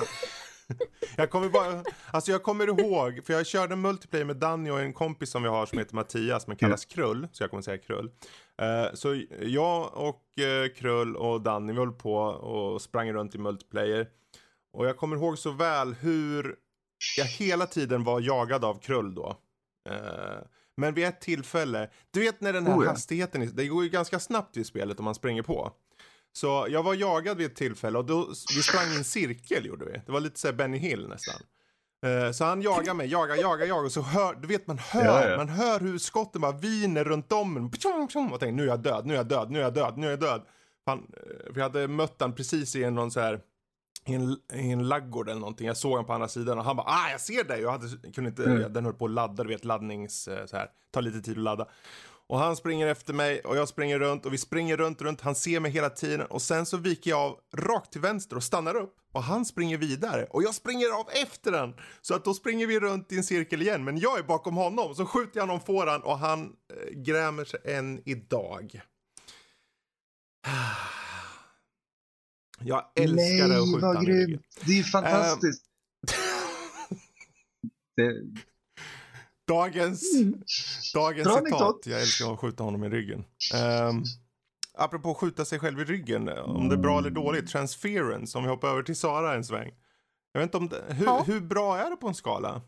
Jag kommer ihåg, för jag körde multiplayer med Danny och en kompis som vi har som heter Mattias, men kallas Krull, så jag kommer säga Krull. Så jag och Krull och Danny, vi höll på och sprang runt i multiplayer. Och jag kommer ihåg så väl hur jag hela tiden var jagad av Krull då. Men vid ett tillfälle, du vet när den här hastigheten, det går ju ganska snabbt i spelet om man springer på. Så jag var jagad vid ett tillfälle och då, vi sprang i en cirkel gjorde vi. Det var lite så här Benny Hill nästan. Så han jagar mig, jagar och så hör, du vet man hör hur skotten bara viner runt om en. Och tänkte, nu är jag död. Vi hade mött han precis i någon så här i en laggård eller någonting. Jag såg han på andra sidan och han bara, jag ser dig. Jag kunde inte, den höll på att ladda, du vet, laddnings så här, tar lite tid att ladda. Och han springer efter mig och jag springer runt och vi springer runt. Han ser mig hela tiden och sen så viker jag av rakt till vänster och stannar upp. Och han springer vidare och jag springer av efter den. Så att då springer vi runt i en cirkel igen. Men jag är bakom honom. Så skjuter jag honom fåran och han grämer sig än idag. Jag älskar det att skjuta honom i ryggen. Det är fantastiskt. Dagens citat. Jag älskar att skjuta honom i ryggen. Apropå skjuta sig själv i ryggen. Om det är bra eller dåligt. Transference. Om vi hoppar över till Sara en sväng. Jag vet inte om det, hur bra är det på en skala?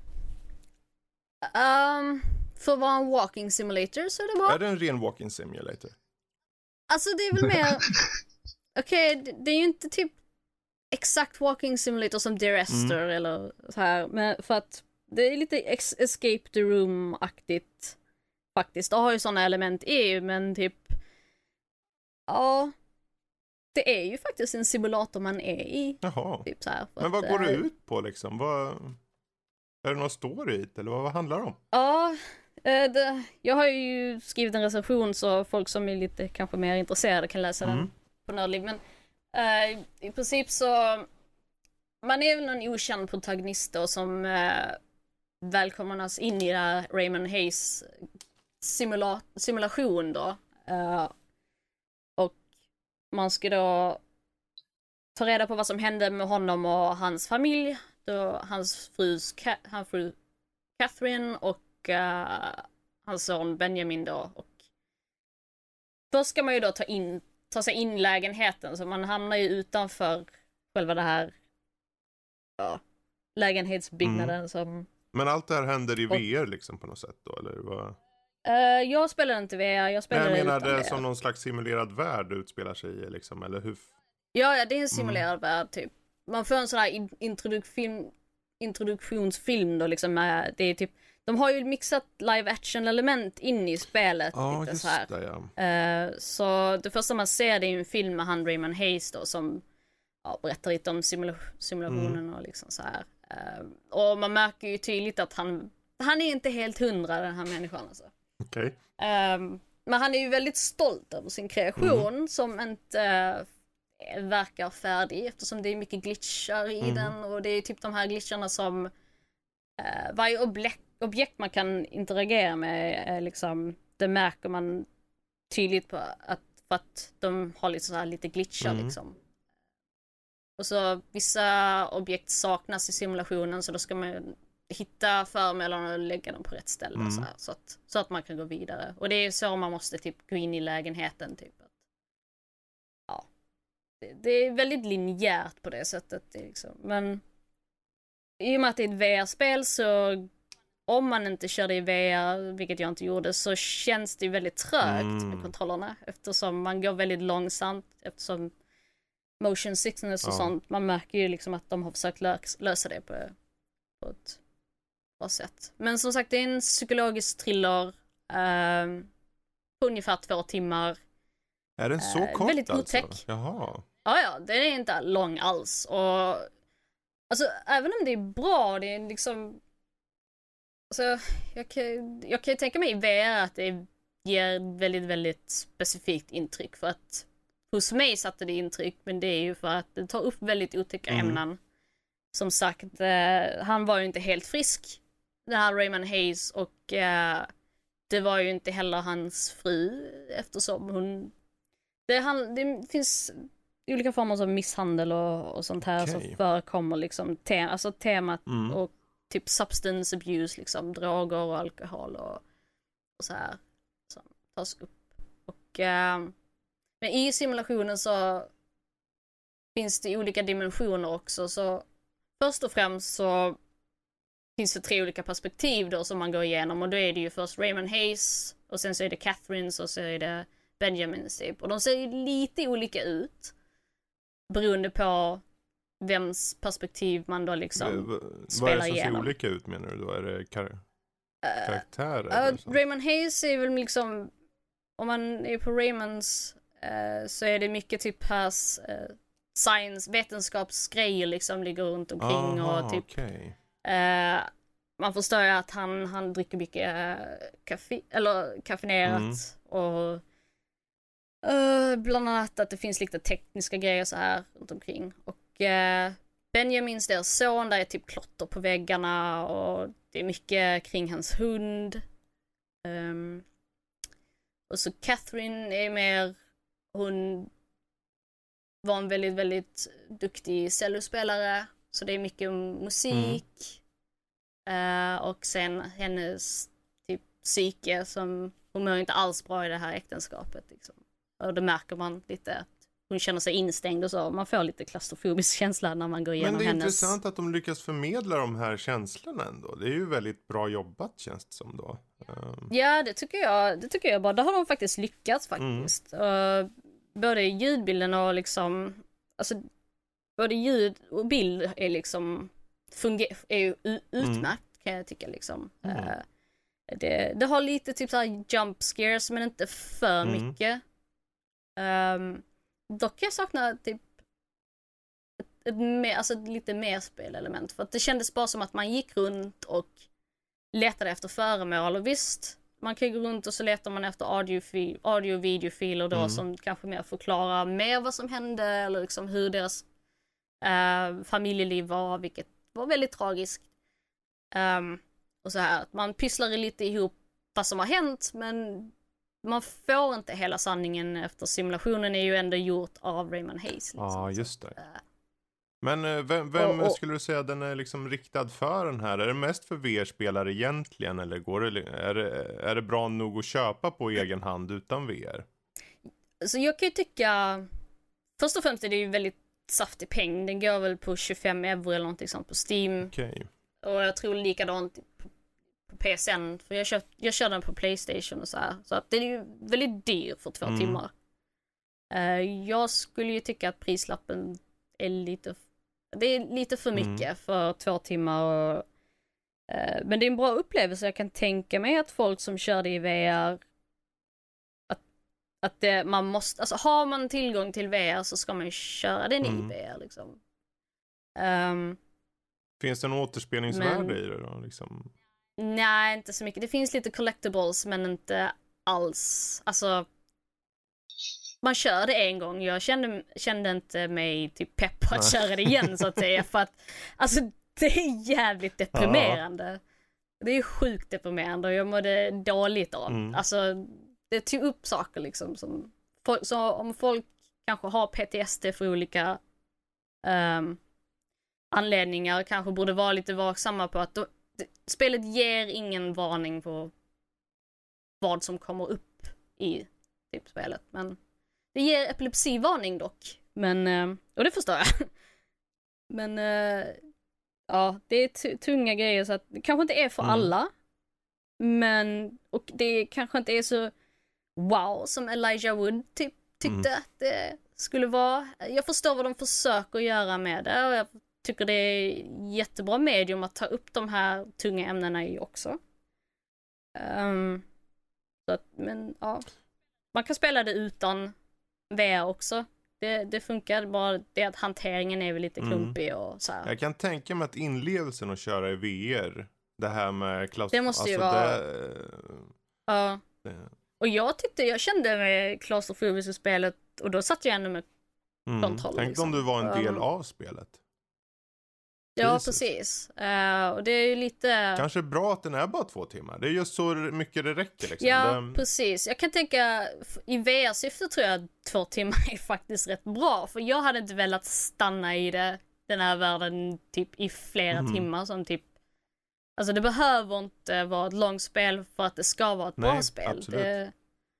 För att vara en walking simulator så är det bra. Är det en ren walking simulator? Alltså det är väl mer... Okej, det är ju inte typ exakt walking simulator som Dear Esther eller så här. Men för att det är lite escape the room-aktigt faktiskt. Det har ju sådana element i, men typ... Ja... Det är ju faktiskt en simulator man är i. Jaha. Typ så här, men vad går det ut på liksom? Är det någon story eller vad handlar det om? Ja, jag har ju skrivit en recension så folk som är lite kanske mer intresserade kan läsa den på Nördliv. Men i princip så man är väl någon okänd protagonist då, som välkomnas in i det här Raymond Hayes simulation då. Och man ska då ta reda på vad som hände med honom och hans familj. Då hans fru Catherine och hans son Benjamin då. Och då ska man ju då ta sig in i lägenheten, så man hamnar ju utanför själva det här lägenhetsbyggnaden som... Men allt det här händer i VR liksom på något sätt då, eller vad? Jag spelar inte VR, jag spelar jag menar utan det VR. Som någon slags simulerad värld utspelar sig i liksom, eller hur? Ja, det är en simulerad värld typ. Man får en sån här introduktionsfilm då liksom, det är typ, de har ju mixat live action element in i spelet lite just så här. Det, ja. Så det första man ser det är ju en film med han Raymond Hayes då, som berättar lite om simulationen och liksom så här. Och man märker ju tydligt att han är inte helt 100, den här människan alltså. Okej. Men han är ju väldigt stolt över sin kreation som inte verkar färdig, eftersom det är mycket glitchar i den, och det är typ de här glitcharna som varje objekt man kan interagera med liksom, det märker man tydligt på för att de har lite glitchar liksom. Och så vissa objekt saknas i simulationen, så då ska man hitta föremålen och lägga dem på rätt ställe så att man kan gå vidare. Och det är så man måste typ gå in i lägenheten typ. Ja. Det är väldigt linjärt på det sättet liksom. Men i och med att det är ett VR-spel, så om man inte kör det i VR, vilket jag inte gjorde, så känns det väldigt trögt med kontrollerna, eftersom man går väldigt långsamt, eftersom motion sickness och sånt, man märker ju liksom att de har försökt lösa det på ett bra sätt. Men som sagt, det är en psykologisk thriller på ungefär 2 timmar. Är den så kort väldigt alltså? otäck. Jaha. Ja, den är inte lång alls. Och alltså, även om det är bra, det är liksom... Alltså, jag kan ju tänka mig i VR att det ger väldigt, väldigt specifikt intryck. För att hos mig satte det intryck, men det är ju för att det tar upp väldigt otäcka ämnen. Som sagt, han var ju inte helt frisk, den här Raymond Hayes, och det var ju inte heller hans fru, eftersom det finns olika former av misshandel och sånt här som förekommer liksom, temat och typ substance abuse liksom, droger och alkohol och så här som tas upp. Och men i simulationen så finns det olika dimensioner också, så först och främst så finns det 3 olika perspektiv då som man går igenom, och då är det ju först Raymond Hayes och sen så är det Catherines och så är det Benjamins typ, och de ser ju lite olika ut beroende på vems perspektiv man då liksom spelar igenom. Vad är det som ser olika ut, menar du då? Är det karaktärer? Raymond Hayes är väl liksom, om man är på Raymonds så är det mycket typ hans science, vetenskapsgrejer liksom ligger runt omkring och typ man förstår ju att han dricker mycket kaffinerat och bland annat att det finns lite tekniska grejer så här runt omkring. Och Benjamins deras son, där är typ klotter på väggarna och det är mycket kring hans hund. Och så Catherine är mer, hon var en väldigt, väldigt duktig cellospelare, så det är mycket musik. Och sen hennes typ psyke, som hon mår inte alls bra i det här äktenskapet liksom. Och det märker man lite att hon känner sig instängd och så. Man får lite klaustrofobisk känsla när man går igenom hennes... Men det är intressant att de lyckas förmedla de här känslorna ändå. Det är ju väldigt bra jobbat, känns det som då. Ja, det tycker jag bara. Det har de faktiskt lyckats faktiskt. Både ljudbilden och liksom... Alltså, både ljud och bild är liksom... är ju utmärkt, kan jag tycka liksom. Det har lite typ så här jump scares, men inte för mycket. Dock jag saknar typ lite mer spelelement, för att det kändes bara som att man gick runt och letade efter föremål, och visst, man kan gå runt och så letar man efter audio- och videofiler då som kanske mer förklarar mer vad som hände eller liksom hur deras familjeliv var, vilket var väldigt tragiskt. Och så här, att man pysslar lite ihop vad som har hänt, men man får inte hela sanningen, efter simulationen är ju ändå gjort av Raymond Hayes. Liksom. Ja, just det. Men vem skulle du säga den är liksom riktad för den här? Är det mest för VR-spelare egentligen, eller är det bra nog att köpa på egen hand utan VR? Så jag kan ju tycka, först och främst är det ju väldigt saftig peng. Den går väl på 25 euro eller någonting sånt på Steam. Okay. Och jag tror likadant på PSN, för jag kör den på PlayStation och så här. Så att det är ju väldigt dyr för 2 timmar. Jag skulle ju tycka att prislappen är lite för mycket för 2 timmar. Och, men det är en bra upplevelse. Jag kan tänka mig att folk som kör det i VR, man måste, alltså har man tillgång till VR så ska man ju köra den i VR liksom. Finns det någon återspelningsvärde i det då liksom? Nej, inte så mycket. Det finns lite collectibles, men inte alls. Alltså, man kör det en gång. Jag kände inte mig typ pepp på att köra det igen, så att säga. För att, alltså, det är jävligt deprimerande. Det är sjukt deprimerande och jag mådde dåligt av. Alltså, det tog upp saker liksom. Så om folk kanske har PTSD för olika anledningar, kanske borde vara lite vaksamma på att spelet ger ingen varning på vad som kommer upp i typ spelet, men det ger epilepsivarning dock, men och det förstår jag. Men ja, det är tunga grejer, så att det kanske inte är för alla, men och det kanske inte är så wow som Elijah Wood tyckte att det skulle vara. Jag förstår vad de försöker göra med det, och jag tycker det är jättebra medium att ta upp de här tunga ämnena i också. Så att, men ja, man kan spela det utan VR också. Det funkar, bara det att hanteringen är väl lite klumpig och så här. Jag kan tänka mig att inlevelsen att köra i VR, det här med det måste ju vara... Ja. Och jag kände med klaustrofobiskt i spelet, och då satt jag ändå med kontroll. Tänk om du var en del av spelet. Ja, precis. Och det är ju lite... Kanske bra att den är bara 2 timmar. Det är just så mycket det räcker liksom. Ja, precis. Jag kan tänka, i VR-syfte tror jag att 2 timmar är faktiskt rätt bra. För jag hade inte velat stanna i den här världen typ i flera timmar som typ... Alltså det behöver inte vara ett långt spel för att det ska vara ett bra spel. Absolut.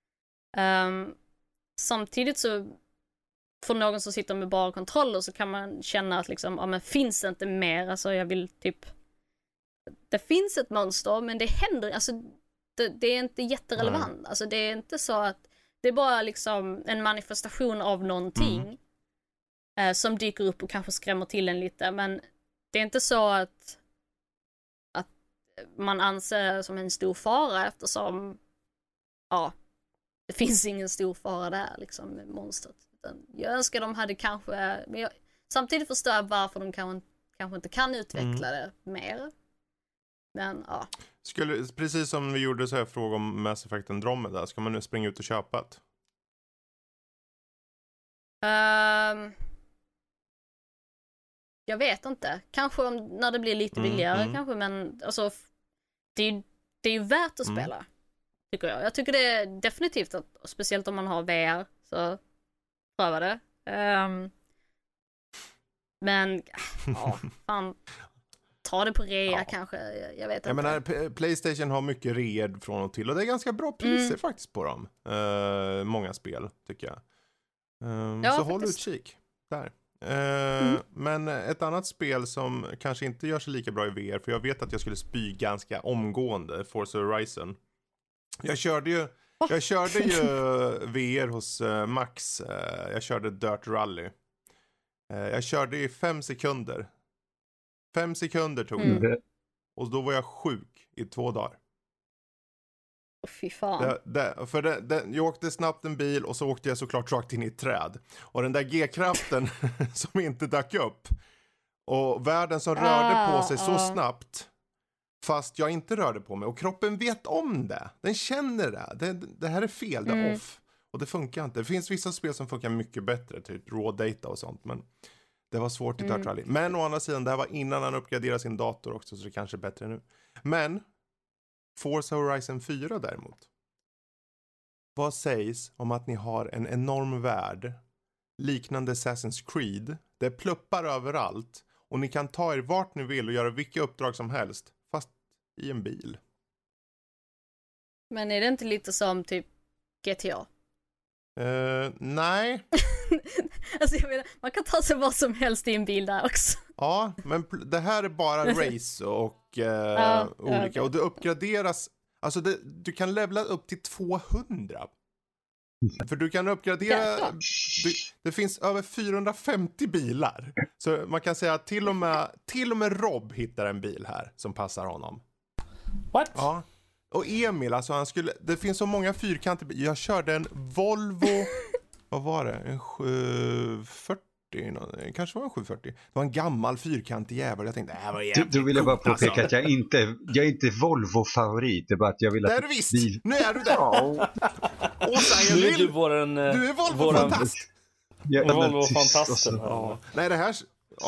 Samtidigt så, för någon som sitter med bara kontroller, så kan man känna att liksom, ja men finns det inte mer? Alltså jag vill typ, det finns ett mönster, men det händer, alltså det är inte jätterelevant. Alltså det är inte så att, det är bara liksom en manifestation av någonting som dyker upp och kanske skrämmer till en lite, men det är inte så att man anser som en stor fara, eftersom det finns ingen stor fara där liksom med monstret. Jag önskar de hade kanske, men samtidigt förstår jag varför de kanske inte kan utveckla det mer. Men ja. Precis som vi gjorde så här fråga om Mass Effect Andromeda, ska man nu springa ut och köpa det? Jag vet inte. Kanske när det blir lite billigare kanske, men alltså det är ju värt att spela. Tycker jag. Jag tycker det är definitivt att, speciellt om man har VR, så pröva det. Men ja, fan, ta det på rea kanske, jag vet inte. Jag menar, PlayStation har mycket red från och till, och det är ganska bra priser faktiskt på dem. Många spel, tycker jag. Så håll utkik där. Men ett annat spel som kanske inte gör sig lika bra i VR, för jag vet att jag skulle spy ganska omgående, Forza Horizon. Jag körde ju VR hos Max. Jag körde Dirt Rally. Jag körde i 5 sekunder. 5 sekunder tog det. Och då var jag sjuk i 2 dagar. Fy fan. Jag åkte snabbt en bil och så åkte jag såklart rakt in i ett träd. Och den där G-kraften som inte dök upp. Och världen som rörde på sig så snabbt. Fast jag inte rörde på mig. Och kroppen vet om det. Den känner det. Det här är fel, det är off. Och det funkar inte. Det finns vissa spel som funkar mycket bättre. Typ raw data och sånt. Men det var svårt i Dirt Rally. Men å andra sidan, det här var innan han uppgraderade sin dator också. Så det kanske är bättre nu. Men Forza Horizon 4 däremot. Vad sägs om att ni har en enorm värld liknande Assassin's Creed? Det pluppar överallt. Och ni kan ta er vart ni vill och göra vilka uppdrag som helst. Fast i en bil. Men är det inte lite som typ GTA? Nej. Alltså jag menar, man kan ta sig vad som helst i en bil där också. Ja, men det här är bara race och olika. Och det uppgraderas. Alltså du kan levla upp till 200. För du kan uppgradera. Det finns över 450 bilar. Så man kan säga att till och med Rob hittar en bil här som passar honom. What? Ja. Och Emil, alltså det finns så många fyrkanter. Jag körde en Volvo. Vad var det? En 740. Kanske var en 740. Det var en gammal fyrkantig jävel. Jag tänkte, vad är du vill jag bara påpeka att jag är inte Volvo-favorit. Det är bara att jag vill att... Det är du visst! Nu är du där! Åsa, nu är du du är Volvo-fantast! Volvo-fantasten. Nej, det här...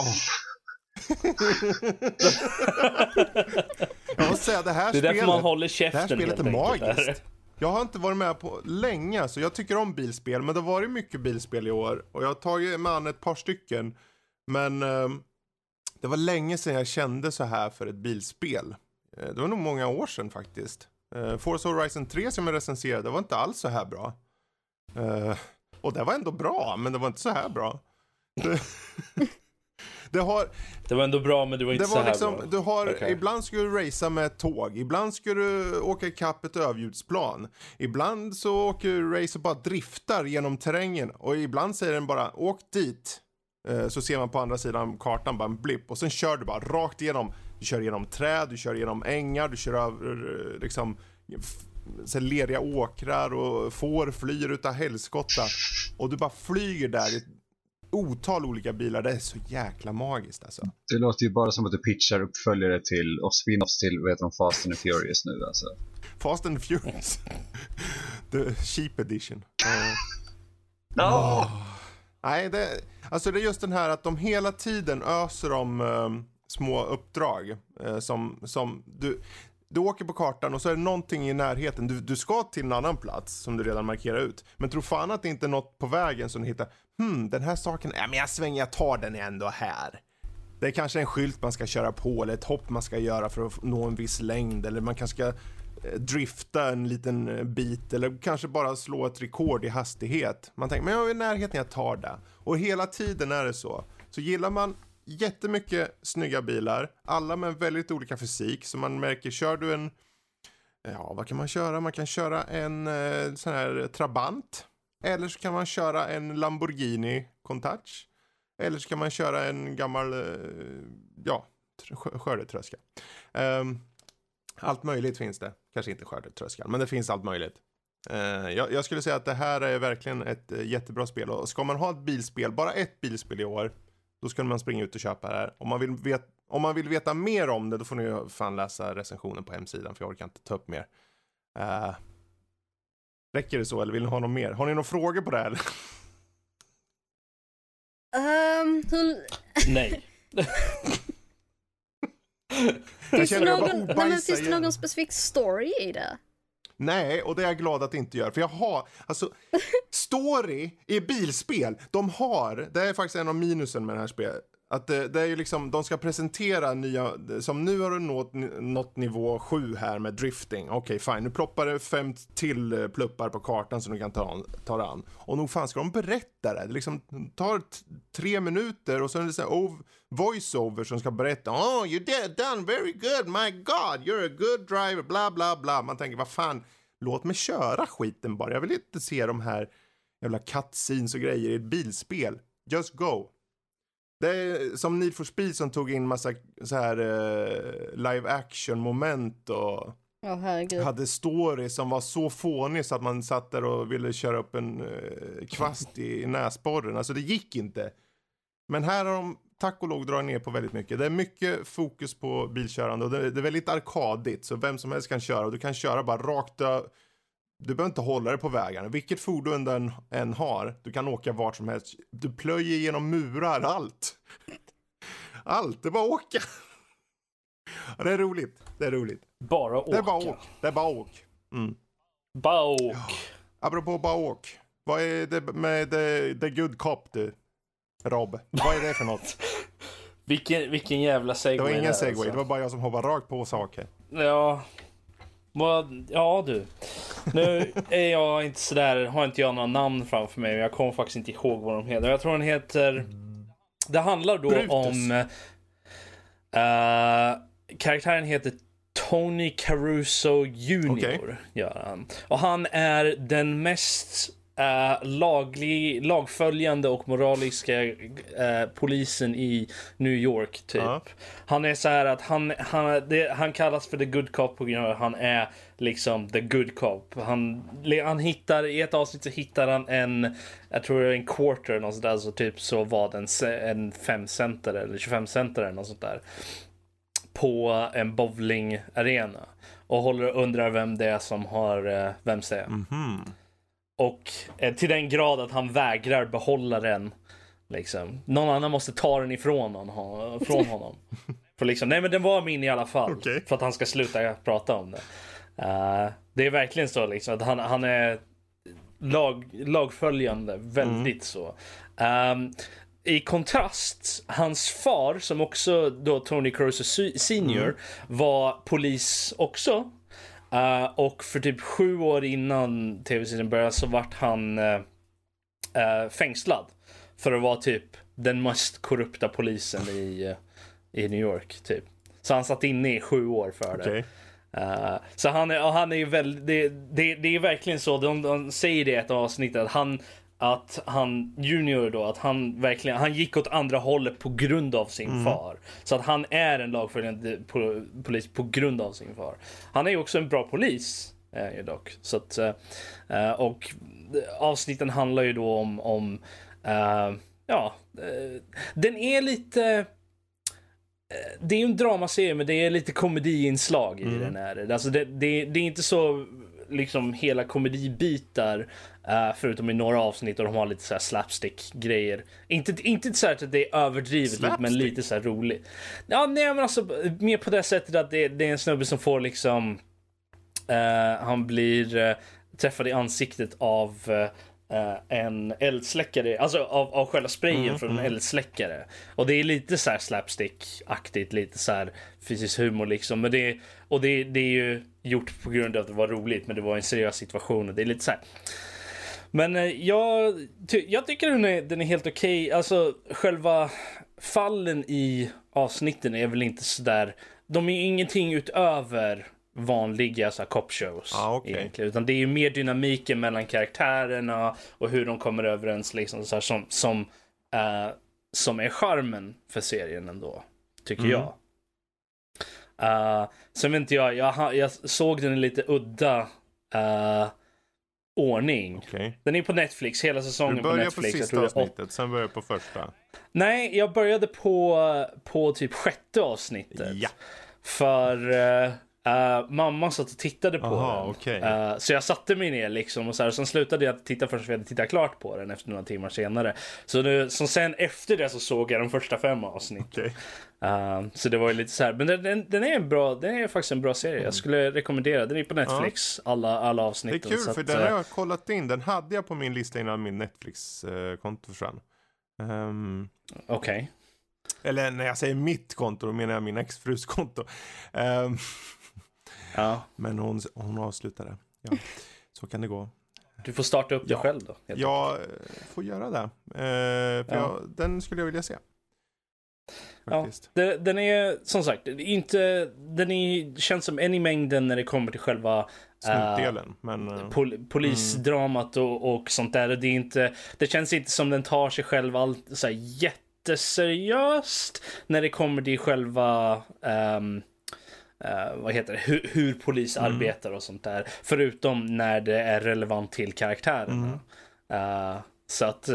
Jag måste säga, det är därför man håller käften. Det här spelet är magiskt. Jag har inte varit med på länge, så jag tycker om bilspel. Men det har varit mycket bilspel i år. Och jag har tagit med an ett par stycken. Men det var länge sedan jag kände så här för ett bilspel. Det var nog många år sedan faktiskt. Forza Horizon 3 som jag recenserade, det var inte alls så här bra. Och det var ändå bra, men det var inte så här bra. Det var ändå bra, men det var inte så här liksom, bra. Du har, ibland ska du racea med ett tåg. Ibland ska du åka ikapp ett överljudsplan. Ibland så åker du race och bara driftar genom terrängen. Och ibland säger den bara, åk dit. Så ser man på andra sidan kartan bara en blipp. Och sen kör du bara rakt igenom. Du kör genom träd, du kör genom ängar. Du kör över liksom så leriga åkrar. Och får flyr utav helskotta. Och du bara flyger där i otal olika bilar. Det är så jäkla magiskt alltså. Det låter ju bara som att du pitchar uppföljare till och spin-offs till, vad heter de, Fast and Furious nu alltså. Fast and Furious. The cheap edition. Nej, det är just den här att de hela tiden öser om små uppdrag som du åker på kartan och så är det någonting i närheten. Du ska till en annan plats som du redan markerar ut. Men tro fan att det inte är något på vägen som du hittar. Den här saken, men jag tar den ändå här. Det är kanske en skylt man ska köra på eller ett hopp man ska göra för att nå en viss längd. Eller man kanske ska drifta en liten bit eller kanske bara slå ett rekord i hastighet. Man tänker, men jag är i närheten, jag tar det. Och hela tiden är det så. Så gillar man jättemycket snygga bilar, alla med väldigt olika fysik, så man märker, kör du en, vad kan man köra? Man kan köra en sån här Trabant, eller så kan man köra en Lamborghini Countach, eller så kan man köra en gammal skördetröska. Allt möjligt finns det, kanske inte skördetröska, men det finns allt möjligt. Jag skulle säga att det här är verkligen ett jättebra spel, och ska man ha ett bilspel, bara ett bilspel i år, då ska man springa ut och köpa det här. Om man vill om man vill veta mer om det, då får ni fan läsa recensionen på hemsidan, för jag orkar inte ta upp mer. Räcker det så, eller vill ni ha något mer? Har ni några frågor på det här? Nej. Finns det någon specifik story i det? Nej, och det är jag glad att det inte gör. För jag har, alltså, story i bilspel, det är faktiskt en av minusen med det här spelet. Att det är ju liksom, de ska presentera nya, som nu har du nått nivå 7 här med drifting. Okej, fine, nu ploppar det 5 till pluppar på kartan som du kan ta det an. Och nog fan ska de berätta det. Det liksom tar 3 minuter och så är det så här voice-over som ska berätta. Oh, you did done very good, my god, you're a good driver, bla bla bla. Man tänker, vad fan, låt mig köra skiten bara. Jag vill inte se de här jävla cutscenes och grejer i ett bilspel. Just go. Det är som Need for Speed som tog in massa så här live action moment och hade story som var så fånig så att man satt där och ville köra upp en kvast i näsborren. Alltså det gick inte. Men här har de tack och lov dragit ner på väldigt mycket. Det är mycket fokus på bilkörande och det är väldigt arkadigt, så vem som helst kan köra och du kan köra bara rakt av. Du behöver inte hålla dig på vägarna. Vilket fordon den än har, du kan åka vart som helst. Du plöjer genom murar, allt. Allt, det är bara att åka. Ja, det är roligt. Det är roligt. Bara åka. Det är bara åk. Det är bara åk. Mm. Bara åk. Ja. Apropå bara åk. Vad är det med the good cop, du? Rob, vad är det för något? Vilken jävla segway. Det var ingen segway, alltså. Det var bara jag som hoppar rakt på saker. Ja. Ja du. Nu är jag inte sådär, har inte jag några namn framför mig, men jag kommer faktiskt inte ihåg vad de heter. Jag tror den heter, det handlar då Brutus. om karaktären heter Tony Caruso Jr. Okay. Gör han. Och han är den mest lagföljande och moraliska polisen i New York typ. Han är så här att han kallas för the good cop på grund av att han är liksom the good cop. Han hittar i ett avsnitt så hittar han jag tror det är en quarter något sånt där, så typ så var det en 5 center eller 25 center eller något sånt där på en bowlingarena och undrar vem det är som har vems det är. Och till den grad att han vägrar behålla den. Liksom. Någon annan måste ta den ifrån honom. För liksom, nej men den var min i alla fall. Okay. För att han ska sluta prata om det. Det är verkligen så liksom, att han är lagföljande. Väldigt så. I kontrast, hans far, som också då Tony Caruso Senior, var polis också. Och för typ 7 år innan tv-serien började så vart han fängslad för att vara typ den mest korrupta polisen i New York typ. Så han satt inne i 7 år för det. Så han är ju väldigt, det är verkligen så, de säger det i ett avsnitt att han Junior då, att han gick åt andra hållet på grund av sin far. Så att han är en lagföljande polis på grund av sin far. Han är ju också en bra polis dock. Så att, och avsnitten handlar ju då om den är lite, det är ju en dramaserie men det är lite komediinslag i den här. Alltså det är inte så liksom hela komedibitar, förutom i några avsnitt och de har lite så här slapstick grejer. Inte så här att det är överdrivet slapstick, men lite så här roligt. Ja, nej men alltså mer på det sättet att det är en snubbe som får liksom han blir träffad i ansiktet av en eldsläckare, alltså av själva sprayen från en eldsläckare. Och det är lite så här slapstick-aktigt, lite så här fysisk humor liksom, men det är ju gjort på grund av att det var roligt, men det var en seriös situation och det är lite så här. Men jag tycker den är helt okej. Alltså själva fallen i avsnitten är väl inte så där, de är ingenting utöver vanliga så här cop shows egentligen, utan det är ju mer dynamiken mellan karaktärerna och hur de kommer överens liksom, så här, som är charmen för serien ändå, tycker jag. Sen vet inte jag såg den lite udda ordning. Okay. Den är på Netflix, hela säsongen på Netflix. Du börjar på sista avsnittet, sen börjar jag på första. Nej, jag började på typ 6:e avsnittet. Ja. För mamma satt och tittade på den. Okay. Så jag satte mig ner liksom och så här, sen slutade jag titta först för jag hade tittat klart på den efter några timmar senare. Så sen efter det så såg jag de första 5 avsnitten. Okay. Så det var ju lite så här, men den är faktiskt en bra serie. Jag skulle rekommendera. Den är på Netflix, alla avsnitt. Det är kul, så för den har jag kollat in. Den hade jag på min lista innan min Netflix-konto försvann. Okej. Eller när jag säger mitt konto, då menar jag min exfrus konto. Ja. Men hon avslutade. Ja, så kan det gå. Du får starta upp det själv då. Jag får göra det. För den skulle jag vilja se. Faktiskt. Ja, den är som sagt känns som en i mängden när det kommer till själva snutdelen, men polisdramat och sånt där. Det känns inte som den tar sig själv allt så här jätteseriöst när det kommer till själva vad heter det? Hur polis arbetar och sånt där, förutom när det är relevant till karaktärerna. Så att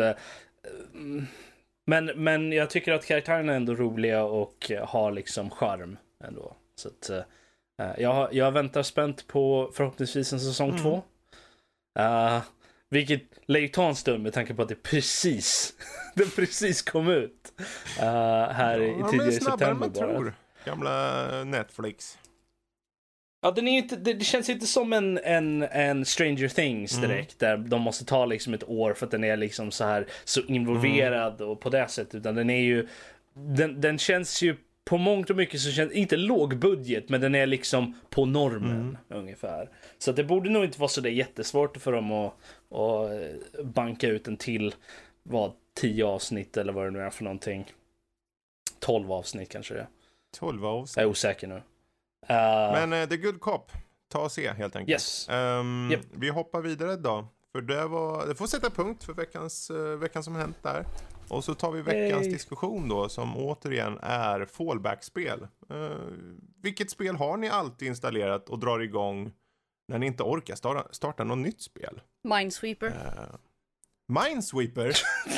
men jag tycker att karaktärerna är ändå roliga och har liksom charm ändå. Så att jag väntar spänt på förhoppningsvis en säsong 2. Vilket lär ju ta en stund med tanke på att det precis kom ut här i tidigare september man bara. Tror. Gamla Netflix. Ja, den är inte, det känns inte som en Stranger Things direkt där de måste ta liksom ett år för att den är liksom så involverad och på det sättet, utan den är ju den känns ju på mångt och mycket så känns inte låg budget, men den är liksom på normen ungefär. Så att det borde nog inte vara så där jättesvårt för dem att banka ut en till 10 avsnitt eller vad det nu är för någonting. 12 avsnitt kanske det. 12 avsnitt. Jag är osäker nu. Men The Good Cop, ta och se helt enkelt. Yes. Vi hoppar vidare då. För det får sätta punkt för veckan som hänt där. Och så tar vi veckans diskussion då, som återigen är fallback-spel. Vilket spel har ni alltid installerat och drar igång när ni inte orkar starta något nytt spel? Minesweeper. Minesweeper?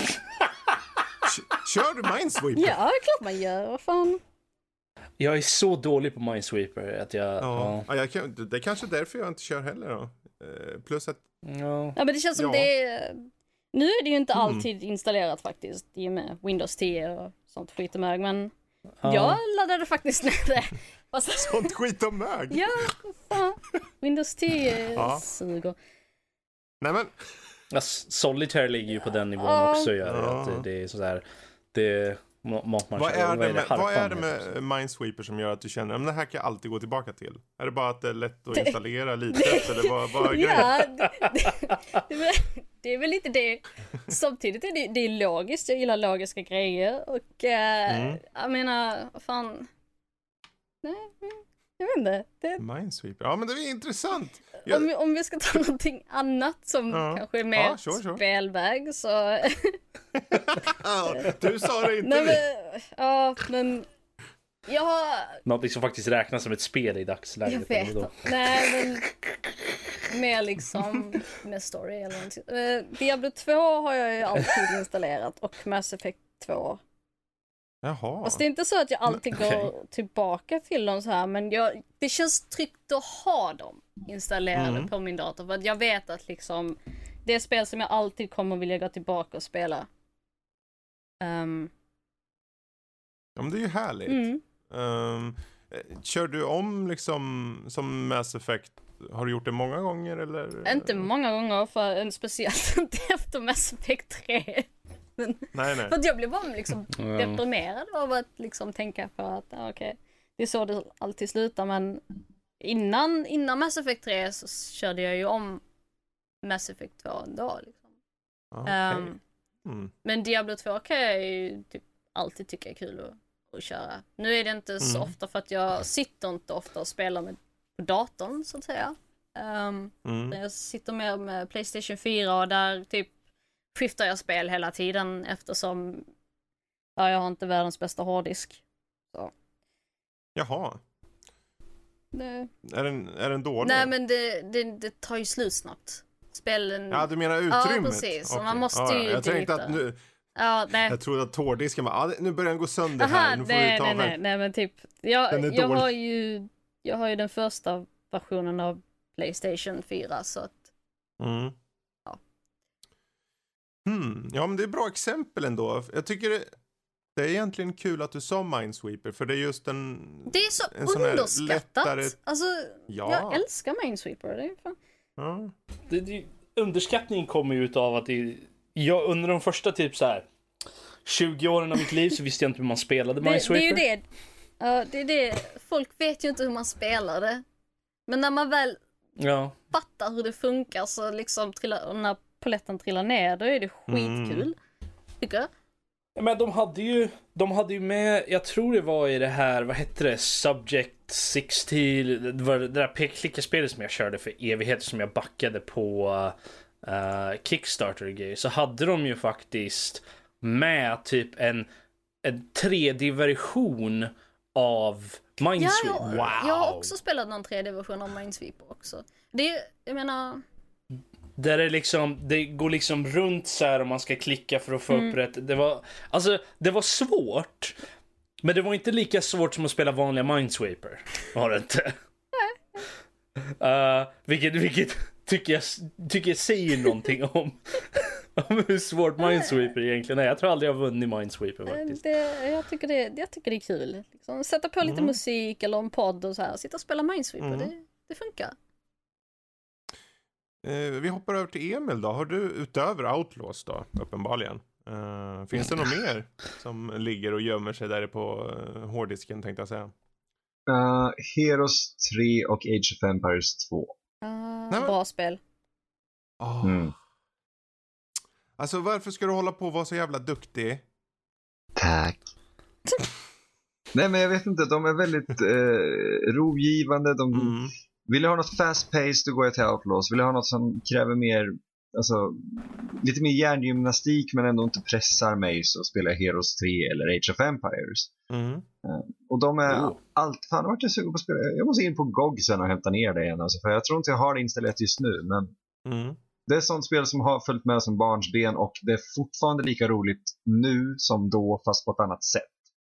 Kör du Minesweeper? Ja, klart man gör. Vad fan? Jag är så dålig på Minesweeper att jag... det är kanske därför jag inte kör heller då. Plus att... Ja, men det känns som det är... Nu är det ju inte alltid installerat faktiskt i och med Windows 10 och sånt skit och mög, men jag laddade faktiskt ner det. Sånt skit och mög? Ja, fan. Windows 10 suger. Nej men... Ja, Solitaire ligger ju på den nivån också. Det är sådär... Vad är det med Minesweeper som gör att du känner att det här kan jag alltid gå tillbaka till? Är det bara att det är lätt att installera lite? Eller vad är grejen? Det är väl lite det. Samtidigt är det logiskt. Jag gillar logiska grejer. Och jag menar, vad fan... Nej, jag vet inte. Minesweeper. Ja, men det är intressant. Om vi ska ta någonting annat som kanske är mer spelväg så... Du sa det inte. Men jag har... Någonting som faktiskt räknas som ett spel i dagsläget. Jag vet. Nej, men mer liksom med story eller någonting. Diablo 2 har jag ju alltid installerat och Mass Effect 2. Jaha. Fast det är inte så att jag alltid går tillbaka till dem så här, men det känns tryggt att ha dem installerade på min dator, för att jag vet att liksom det är spel som jag alltid kommer vilja gå tillbaka och spela. Ja, men det är ju härligt. Kör du om liksom som Mass Effect? Har du gjort det många gånger eller? Inte många gånger, för speciellt inte efter Mass Effect 3. Nej. För att jag blev bara liksom deprimerad av att liksom tänka på att det är så det alltid slutar, men innan Mass Effect 3 så körde jag ju om Mass Effect 2 ändå liksom. Men Diablo 2 kan jag ju typ alltid tycka är kul att köra. Nu är det inte så ofta, för att jag sitter inte ofta och spelar på datorn så att säga. Jag sitter mer med PlayStation 4 och där typ skiftar jag spel hela tiden eftersom jag har inte världens bästa hårddisk. Så. Jaha. Är den dålig? Nej, men det tar ju slut snabbt. spelen... Ja, du menar utrymmet? Ja, precis. Okay. Man måste ju jag tänkte att nu... Ja, nej. Jag trodde att hårddisken var... nu börjar den gå sönder här. Nu får vi ta nej, men typ... Jag har ju den första versionen av PlayStation 4, så att... Ja. Ja, men det är bra exempel ändå. Jag tycker det är egentligen kul att du sa Minesweeper, för det är just en... Det är så underskattat. Lättare... Alltså, jag älskar Minesweeper. Det är fan... Underskattningen kommer ju ut av att jag under de första typ så här 20 åren av mitt liv så visste jag inte hur man spelade Minesweeper. Det är ju det. Det är det. Folk vet ju inte hur man spelar det. Men när man väl fattar hur det funkar, så liksom när poletten trillar ner, då är det skitkul. Tycker jag. Ja, men de hade ju med, jag tror det var i det här, vad hette det, Subject 60, det var det där pek-klicka-spelet som jag körde för evigheter, som jag backade på Kickstarter och grejer, så hade de ju faktiskt med typ en 3D-version av Minesweeper. Jag har också spelat någon 3D-version av Minesweeper också. Jag menar... Där det går liksom runt så här, om man ska klicka för att få upp rätt. Det var svårt, men det var inte lika svårt som att spela vanliga Minesweeper. Var det inte? Vilket tycker jag säger någonting om hur svårt Minesweeper egentligen är. Jag tror aldrig jag har vunnit Minesweeper faktiskt. Jag tycker det är kul. Liksom, sätta på lite musik eller en podd och så här, sitta och spela Minesweeper. Det funkar. Vi hoppar över till Emil då. Har du utöver Outlaws då, uppenbarligen? Finns det något mer som ligger och gömmer sig där på hårddisken, tänkte jag säga? Heroes 3 och Age of Empires 2. Bra spel. Alltså, varför ska du hålla på och vara så jävla duktig? Tack. Nej, men jag vet inte. De är väldigt rogivande. Vill jag ha något fast-paced, då går jag till Outlaws. Vill jag ha något som kräver mer, alltså, lite mer hjärngymnastik men ändå inte pressar mig, så spelar jag Heroes 3 eller Age of Empires. Och de är allt. Fan, vart jag sugen på att spela. Jag måste in på GOG sen och hämta ner det igen, alltså, för jag tror inte jag har det installerat just nu, men det är sånt spel som har följt med som barnsben, och det är fortfarande lika roligt nu som då, fast på ett annat sätt.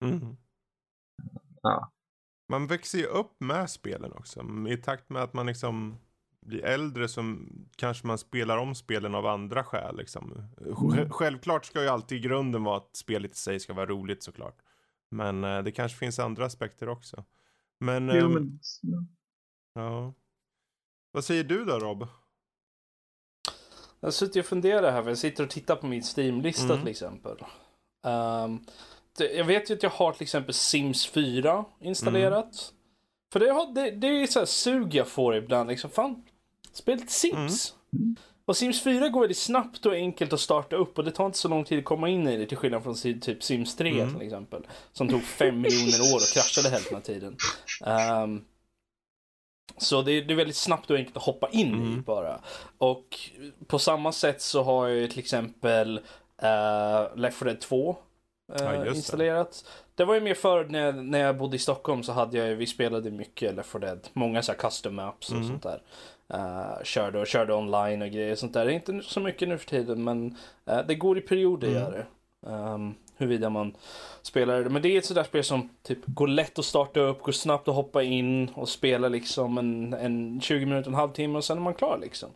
Ja. Man växer ju upp med spelen också. I takt med att man liksom blir äldre, som kanske man spelar om spelen av andra skäl. Liksom. Självklart ska ju alltid i grunden vara att spelet i sig ska vara roligt, såklart. Men det kanske finns andra aspekter också. Men... ja. Vad säger du då, Rob? Jag sitter och funderar här, för jag sitter och tittar på min Steam-lista till exempel. Jag vet ju att jag har till exempel Sims 4 installerat. För det är så här sug jag får ibland. Liksom, fan, spelet Sims. Och Sims 4 går väldigt snabbt och enkelt att starta upp. Och det tar inte så lång tid att komma in i det, till skillnad från typ Sims 3 till exempel. Som tog 5 miljoner år och kraschade hälften av tiden. Så det är väldigt snabbt och enkelt att hoppa in i bara. Och på samma sätt så har jag till exempel Left 4 Dead 2 installerat. Det var ju mer för när jag bodde i Stockholm, så hade vi spelade mycket Left 4 Dead. Många så här custom maps och sånt där. Körde online och grejer sånt där. Det är inte så mycket nu för tiden, men det går i perioder gör det. Huruvida man spelar det. Men det är ett sådär spel som typ går lätt att starta upp, går snabbt att hoppa in och spela liksom en 20 minuter, en halvtimme, och sen är man klar liksom.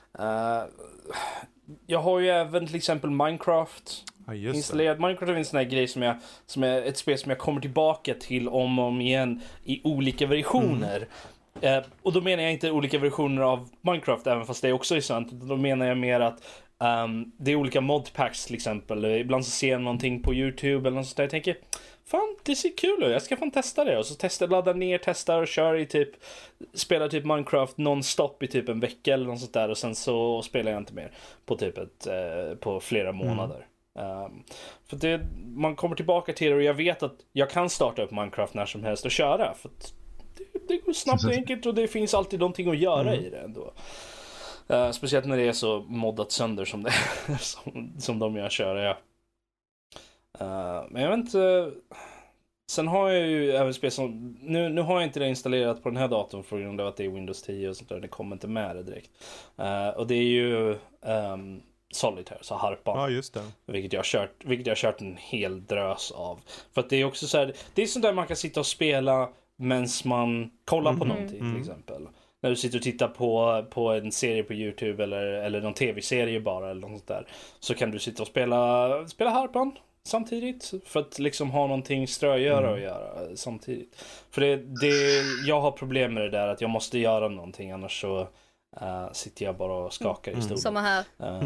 Jag har ju även till exempel Minecraft installerat. Minecraft är en sån här grej som är ett spel som jag kommer tillbaka till om och om igen i olika versioner. Och då menar jag inte olika versioner av Minecraft, även fast det också är sant. Då menar jag mer att det är olika modpacks till exempel. Ibland så ser jag någonting på YouTube eller något sånt där. Jag tänker, fan, det ser kul ut. Jag ska fan testa det. Och så laddar ner, testar och kör i typ, spelar typ Minecraft non-stop i typ en vecka eller något sånt där. Och sen så spelar jag inte mer på typ på flera månader. För man kommer tillbaka till det, och jag vet att jag kan starta upp Minecraft när som helst och köra. För att det går snabbt och enkelt, och det finns alltid någonting att göra i det ändå. Speciellt när det är så moddat sönder som det är, som de jag kör. Men jag vet inte. Sen har jag ju även spel som... Nu har jag inte det installerat på den här datorn för grund av att det är Windows 10 och sånt där. Det kommer inte med det direkt. Och det är ju Solitaire, så Harpan. Ja, just det. Vilket jag har kört en hel drös av. För att det är också så här... Det är sånt där man kan sitta och spela medan man kollar på någonting till exempel. När du sitter och tittar på en serie på YouTube eller någon tv-serie bara eller något sånt där. Så kan du sitta och spela Harpan samtidigt. För att liksom ha någonting strögöra att göra samtidigt. För jag har problem med det där att jag måste göra någonting, annars så sitter jag bara och skakar i stolen. Samma här.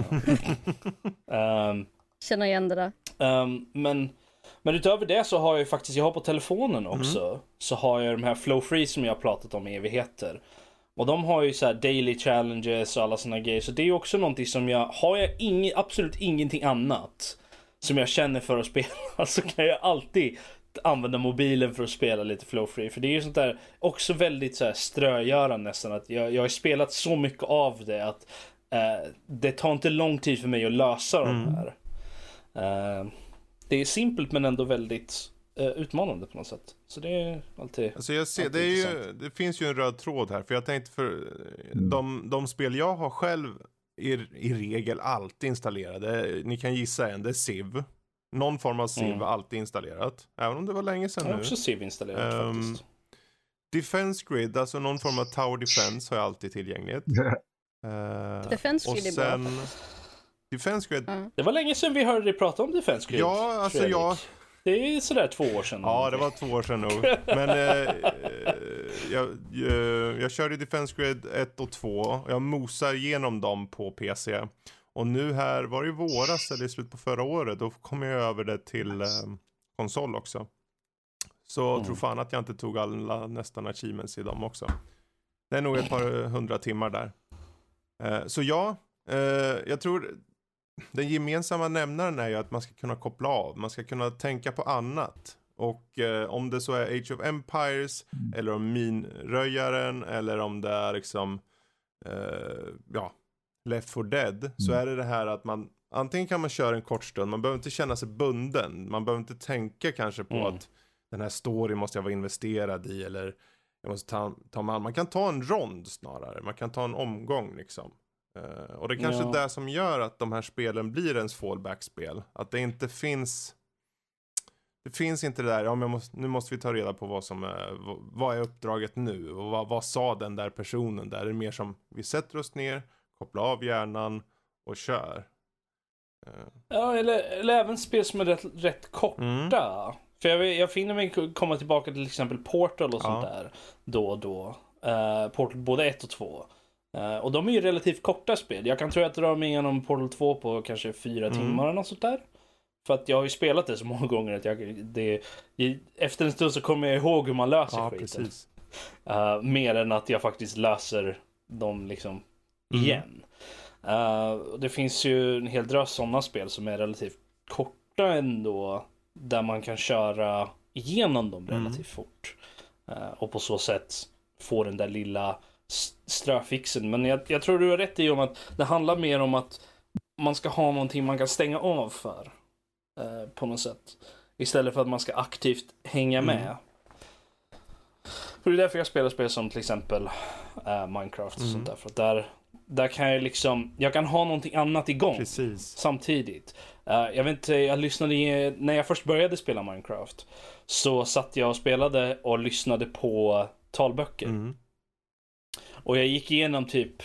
Känner igen det där. Men utöver det så har jag faktiskt, jag har på telefonen också, så har jag de här Flow Free som jag har pratat om i evigheter. Och de har ju så här daily challenges och alla såna grejer. Så det är ju också någonting som absolut ingenting annat som jag känner för att spela, så kan jag alltid använda mobilen för att spela lite Flow Free. För det är ju sånt där också väldigt så här strögörande nästan, att jag har spelat så mycket av det att det tar inte lång tid för mig att lösa de här. Det är simpelt men ändå väldigt utmanande på något sätt. Så det är alltid... Alltså jag ser, det finns ju en röd tråd här. För jag tänkte de spel jag har själv i regel alltid installerade. Ni kan gissa det är Civ. Någon form av Civ alltid installerat. Även om det var länge sedan nu. Jag har också Civ installerat faktiskt. Defense Grid, alltså någon form av Tower Defense har jag alltid tillgängligt. Defense Grid är bra. Defense Grid. Det var länge sedan vi hörde dig prata om Defense Grid. Ja, alltså det är sådär 2 år sedan. Ja, det var 2 år sedan nog. Men jag körde Defense Grid 1 och 2. Och jag mosar igenom dem på PC. Och nu här, var det i våras eller i slut på förra året, då kom jag över det till konsol också. Så tror fan att jag inte tog alla nästan achievements i dem också. Det är nog ett par 100 timmar där. Så jag tror den gemensamma nämnaren är ju att man ska kunna koppla av. Man ska kunna tänka på annat. Och om det så är Age of Empires eller om minröjaren eller om det är liksom Left 4 Dead, så är det här att man antingen kan man köra en kort stund, man behöver inte känna sig bunden, man behöver inte tänka kanske på att den här storyn måste jag vara investerad i, eller jag måste man kan ta en rond snarare, man kan ta en omgång liksom. Och det är kanske det som gör att de här spelen blir ens fallback-spel, att det inte finns inte det där, nu måste vi ta reda på vad är uppdraget nu och vad sa den där personen där. Det är mer som vi sätter oss ner, kopplar av hjärnan och kör. Ja, eller även spel som är rätt korta. För jag finner mig komma tillbaka till exempel Portal och sånt där då och då. Portal både 1 och 2. Och de är ju relativt korta spel. Jag kan tro att jag drar mig igenom Portal 2 på kanske 4 timmar eller något sånt där. För att jag har ju spelat det så många gånger att efter en stund så kommer jag ihåg hur man löser skiten. Mer än att jag faktiskt löser dem liksom igen. Det finns ju en hel drös sådana spel som är relativt korta ändå, där man kan köra igenom dem relativt fort. Och på så sätt få den där lilla ströfixen. Men jag tror du har rätt i om att det handlar mer om att man ska ha någonting man kan stänga av för. På något sätt. Istället för att man ska aktivt hänga med. För det är därför jag spelar spel som till exempel Minecraft och sånt där. För att där kan jag liksom, jag kan ha någonting annat igång samtidigt. Jag vet inte, jag lyssnade när jag först började spela Minecraft, så satt jag och spelade och lyssnade på talböcker. Och jag gick igenom typ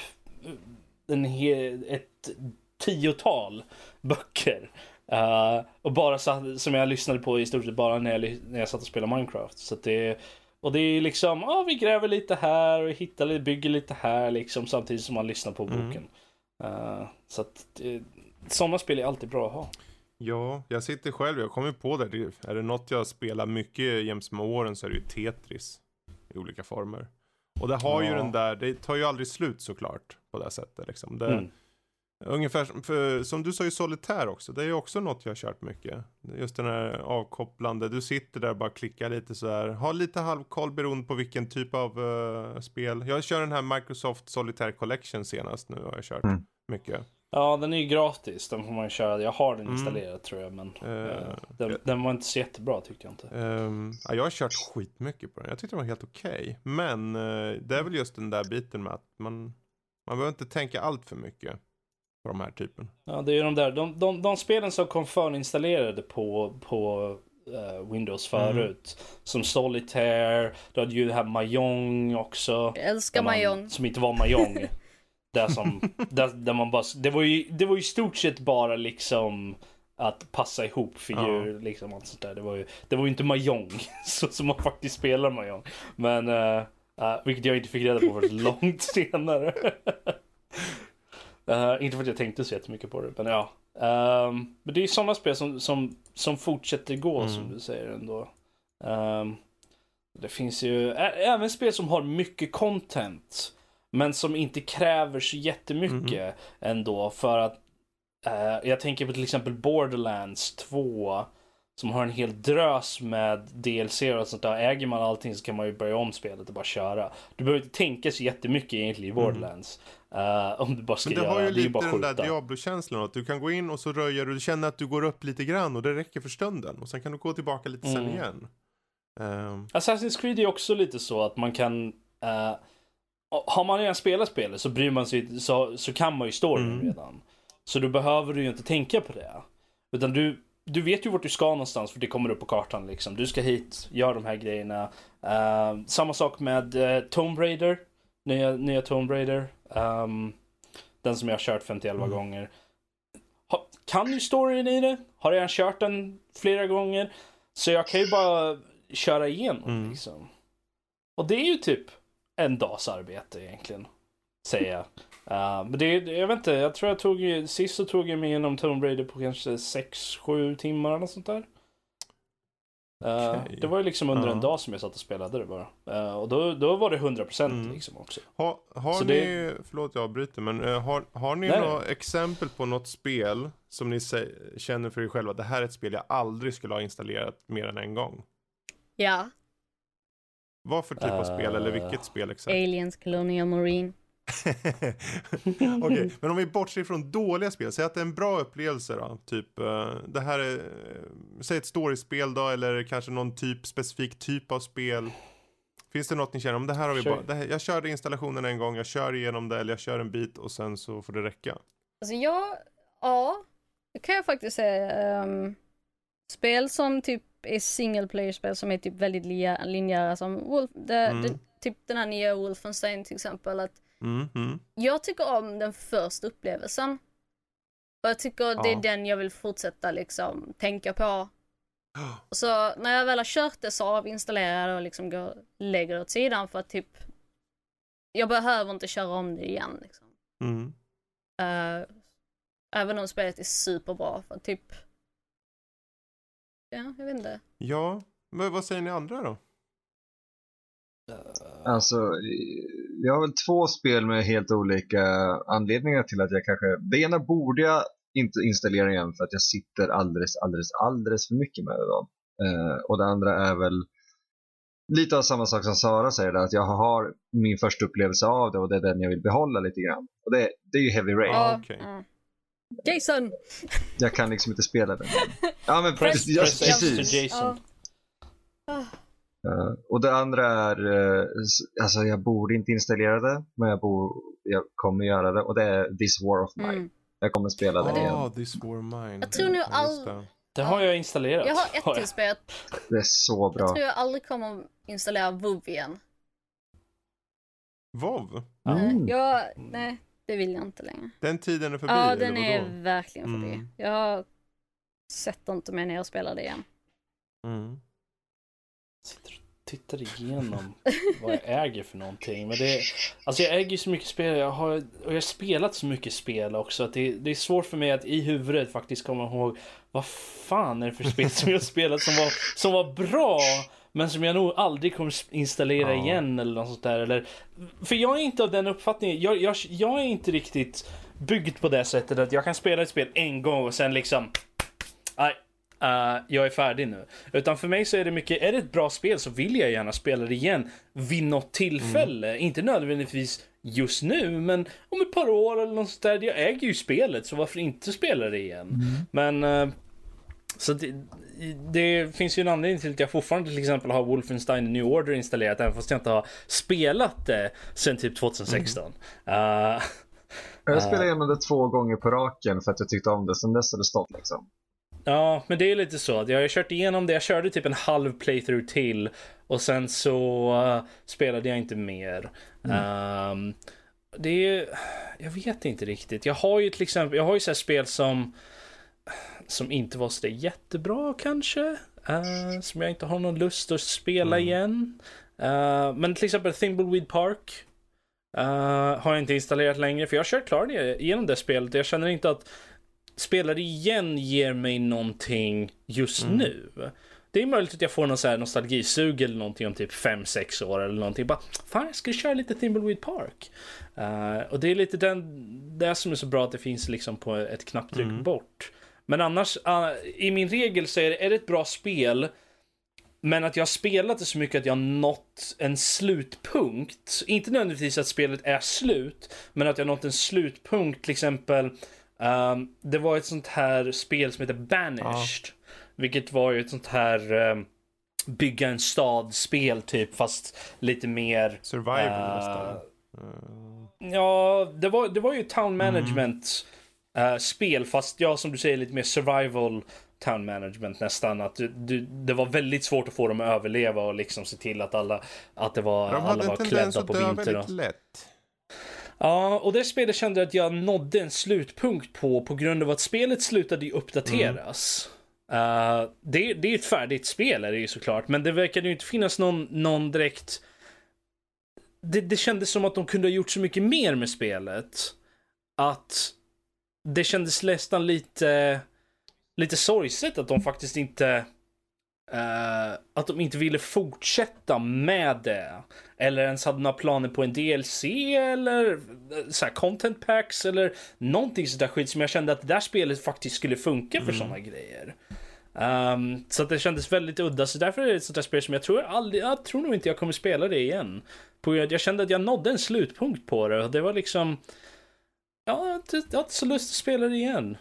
ett 10-tal böcker. Och bara som jag lyssnade på i stort sett bara när jag satt och spelade Minecraft. Så att det är liksom, vi gräver lite här och hittar lite, bygger lite här liksom, samtidigt som man lyssnar på boken. Så att sådana spel är alltid bra att ha. Ja, jag sitter själv, jag kommer på det. Är det något jag spelar mycket jäms med åren, så är det ju Tetris i olika former. Och det har ju den där, det tar ju aldrig slut såklart på det sättet liksom. Ungefär som du sa ju Solitaire också. Det är ju också något jag har kört mycket. Just den här avkopplande. Du sitter där och bara klickar lite så här. Har lite halvkoll beroende på vilken typ av spel. Jag kör den här Microsoft Solitaire Collection senast nu. Har jag kört mycket. Ja, den är ju gratis. Den får man köra. Jag har den installerad tror jag. Men den var inte så jättebra tyckte jag inte. Jag har kört skitmycket på den. Jag tyckte den var helt okej. Men det är väl just den där biten med att man behöver inte tänka allt för mycket på de här typen. Ja, det är ju de där. De spelen som kom förinstallerade på Windows förut. Som Solitaire. Då hade ju det här Mahjong också. Jag älskar Mahjong. Som inte var Mahjong. där man bara, det var ju stort sett bara liksom att passa ihop figur liksom allt sånt där. Det var ju inte Mahjong så som man faktiskt spelar Mahjong. Men vilket jag inte fick reda på för långt senare. Inte för att jag tänkte så jättemycket på det, men ja. Men det är ju sådana spel som fortsätter gå som du säger ändå. Det finns ju även spel som har mycket content men som inte kräver så jättemycket ändå, för att jag tänker på till exempel Borderlands 2 som har en hel drös med DLC och sånt där. Äger man allting så kan man ju börja om spelet och bara köra. Du behöver inte tänka så jättemycket egentligen i Borderlands. Om du bara ska göra. Men det har ju lite bara den där Diablo-känslan att du kan gå in och så röjer du känner att du går upp lite grann och det räcker för stunden. Och sen kan du gå tillbaka lite sen igen. Assassin's Creed är också lite så att man kan har man redan spelat spelet så bryr man sig så kan man ju storyn redan. Så då behöver du ju inte tänka på det. Utan du vet ju vart du ska någonstans för det kommer upp på kartan liksom. Du ska hit, gör de här grejerna. Samma sak med Tomb Raider. Nya Tomb Raider. Den som jag har kört 51 gånger. Kan ju storyn i det. Har redan kört den flera gånger. Så jag kan ju bara köra igenom liksom. Och det är ju typ en dags arbete egentligen, säger jag. Men jag vet inte, jag tror sist så tog jag mig igenom Tomb Raider på kanske 6-7 timmar eller något sånt där. Okay. Det var ju liksom under en dag som jag satt och spelade det bara. Och då var det 100% liksom också. Har ni, förlåt jag avbryter, men har ni några exempel på något spel som ni känner för er själva, det här är ett spel jag aldrig skulle ha installerat mer än en gång? Ja. Vad för typ av spel eller vilket spel exakt? Aliens Colonial Marine. Okej, men om vi bortser från dåliga spel, säg att det är en bra upplevelse då, typ det här är, säg ett storyspel då, eller kanske någon specifik typ av spel. Finns det något ni känner om det här har vi bara, jag körde installationen en gång, jag kör igenom det eller jag kör en bit och sen så får det räcka? Alltså det kan jag faktiskt säga. Spel som typ är single player spel som är typ väldigt linjära som typ den här nya Wolfenstein till exempel, att jag tycker om den första upplevelsen. Och jag tycker det är den jag vill fortsätta liksom tänka på. Så när jag väl har kört det så avinstallerar jag och liksom lägger det åt sidan för att typ jag behöver inte köra om det igen liksom. Även om spelet är superbra för typ jag vet inte. Ja, men vad säger ni andra då? Alltså, jag har väl 2 spel med helt olika anledningar till att jag kanske... Det ena borde jag inte installera igen för att jag sitter alldeles för mycket med det då. Och det andra är väl lite av samma sak som Sara säger där, att jag har min första upplevelse av det och det är den jag vill behålla lite grann. Och det är ju Heavy Rain. Okay. Jason! Jag kan liksom inte spela den. Ja, men precis. Jason. Och det andra är alltså jag borde inte installera det, men jag kommer göra det, och det är This War of Mine. Jag kommer spela det igen. This War of Mine. Jag tror nu det har jag installerat. Jag har ett till spel. Det är så bra. Jag tror jag aldrig kommer installera WoW igen. WoW? Nej, det vill jag inte längre. Den tiden är förbi? Ja, den är verkligen förbi. Jag sätter inte mig ner och spelar det igen. Sitter och tittar igenom vad jag äger för någonting. Men alltså jag äger ju så mycket spel. Jag har spelat så mycket spel också att det är svårt för mig att i huvudet faktiskt komma ihåg vad fan är det för spel som jag har spelat som var bra, men som jag nog aldrig kommer installera igen eller något sånt där. Eller, för jag är inte av den uppfattningen. Jag är inte riktigt byggd på det sättet att jag kan spela ett spel en gång och sen liksom jag är färdig nu. Utan för mig så är det mycket, är det ett bra spel så vill jag gärna spela det igen vid något tillfälle. Inte nödvändigtvis just nu, men om ett par år eller något sånt där, jag äger ju spelet, så varför inte spela det igen? Men så det finns ju en anledning till att jag fortfarande till exempel har Wolfenstein The New Order installerat, även fast jag inte har spelat det sen typ 2016. Jag spelade igenom det 2 gånger på raken för att jag tyckte om det, sen dess har det stått liksom. Ja, men det är lite så. Jag har kört igenom det, jag körde typ en halv playthrough till och sen så spelade jag inte mer. Det är, jag vet inte riktigt. Jag har ju till exempel, jag har ju så här spel som inte var så jättebra kanske, som jag inte har någon lust att spela igen. Men till exempel Thimbleweed Park har jag inte installerat längre, för jag har kört klart igenom det spelet. Jag känner inte att spelare igen ger mig någonting just nu. Det är möjligt att jag får någon så här nostalgisug eller någonting om typ 5-6 år eller någonting. Bara, fan, jag ska köra lite Thimbleweed Park. Och det är lite det som är så bra, att det finns liksom på ett knapptryck bort. Men annars, i min regel så är det ett bra spel, men att jag har spelat det så mycket att jag har nått en slutpunkt. Inte nödvändigtvis att spelet är slut, men att jag har nått en slutpunkt. Till exempel, det var ett sånt här spel som heter Banished. Vilket var ju ett sånt här bygga en stad-spel typ, fast lite mer survival nästan. Ja, det var ju town management spel, fast som du säger, lite mer survival town management nästan. Att det var väldigt svårt att få dem att överleva och liksom se till att alla var klädda på vintern. Lätt. Ja, och det spelet kände att jag nådde en slutpunkt på grund av att spelet slutade uppdateras. Det är ett färdigt spel, är det ju såklart, men det verkade ju inte finnas någon direkt. Det kändes som att de kunde ha gjort så mycket mer med spelet, att det kändes nästan lite sorgset att de faktiskt inte att de inte ville fortsätta med det, eller ens hade några planer på en DLC eller så här content packs eller någonting sådär skit, som jag kände att det där spelet faktiskt skulle funka för sådana grejer. Så att det kändes väldigt udda, så därför är det ett sånt där spel som jag tror nog inte jag kommer spela det igen. Jag kände att jag nådde en slutpunkt på det, och det var liksom, jag har inte så lust att spela det igen.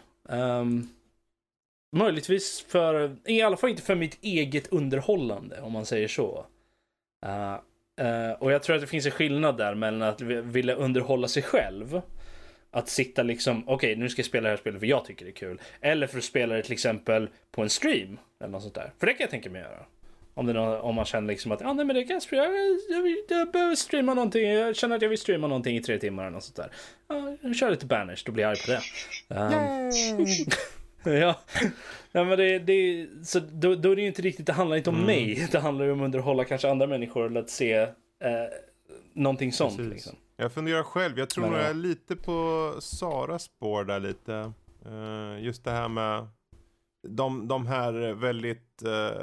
Möjligtvis i alla fall inte för mitt eget underhållande, om man säger så. Och jag tror att det finns en skillnad där mellan att vilja underhålla sig själv, att sitta liksom, okej, nu ska jag spela det här spelet för jag tycker det är kul, eller för att spela det till exempel på en stream eller något sånt där. För det kan jag tänka mig göra. Om man känner liksom att nej, men det kan jag behöver streama någonting, jag känner att jag vill streama någonting i 3 timmar eller något sånt där. Jag kör lite Banished, då blir jag arg på det. Ja, men så då är det ju inte riktigt, det handlar inte om mig, det handlar ju om att underhålla kanske andra människor, eller att se någonting sånt liksom. Jag funderar själv, jag tror nog jag är lite på Saras spår där lite. Just det här med de här väldigt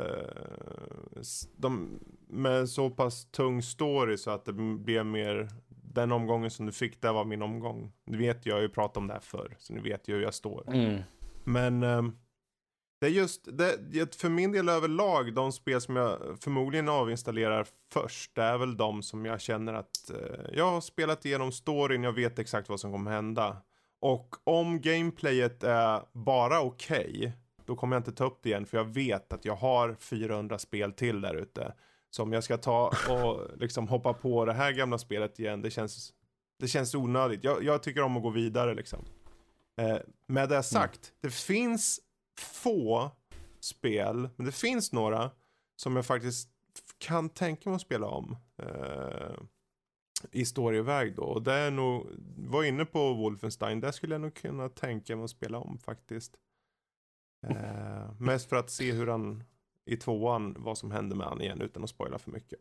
de med så pass tung story, så att det blir mer den omgången som du fick, där var min omgång. Du vet, jag har ju pratat om det här förr, så ni vet ju hur jag står. Men det är just det, för min del överlag, de spel som jag förmodligen avinstallerar först, det är väl de som jag känner att jag har spelat igenom storyn, jag vet exakt vad som kommer hända. Och om gameplayet är bara okej, då kommer jag inte ta upp det igen, för jag vet att jag har 400 spel till där ute. Så om jag ska ta och liksom hoppa på det här gamla spelet igen, det känns onödigt. Jag tycker om att gå vidare liksom. Med det sagt, det finns få spel, men det finns några som jag faktiskt kan tänka mig att spela om i storyväg då. Och det är nog, var inne på Wolfenstein, där skulle jag nog kunna tänka mig att spela om faktiskt. Mest för att se hur han i 2:an, vad som händer med han igen, utan att spoila för mycket.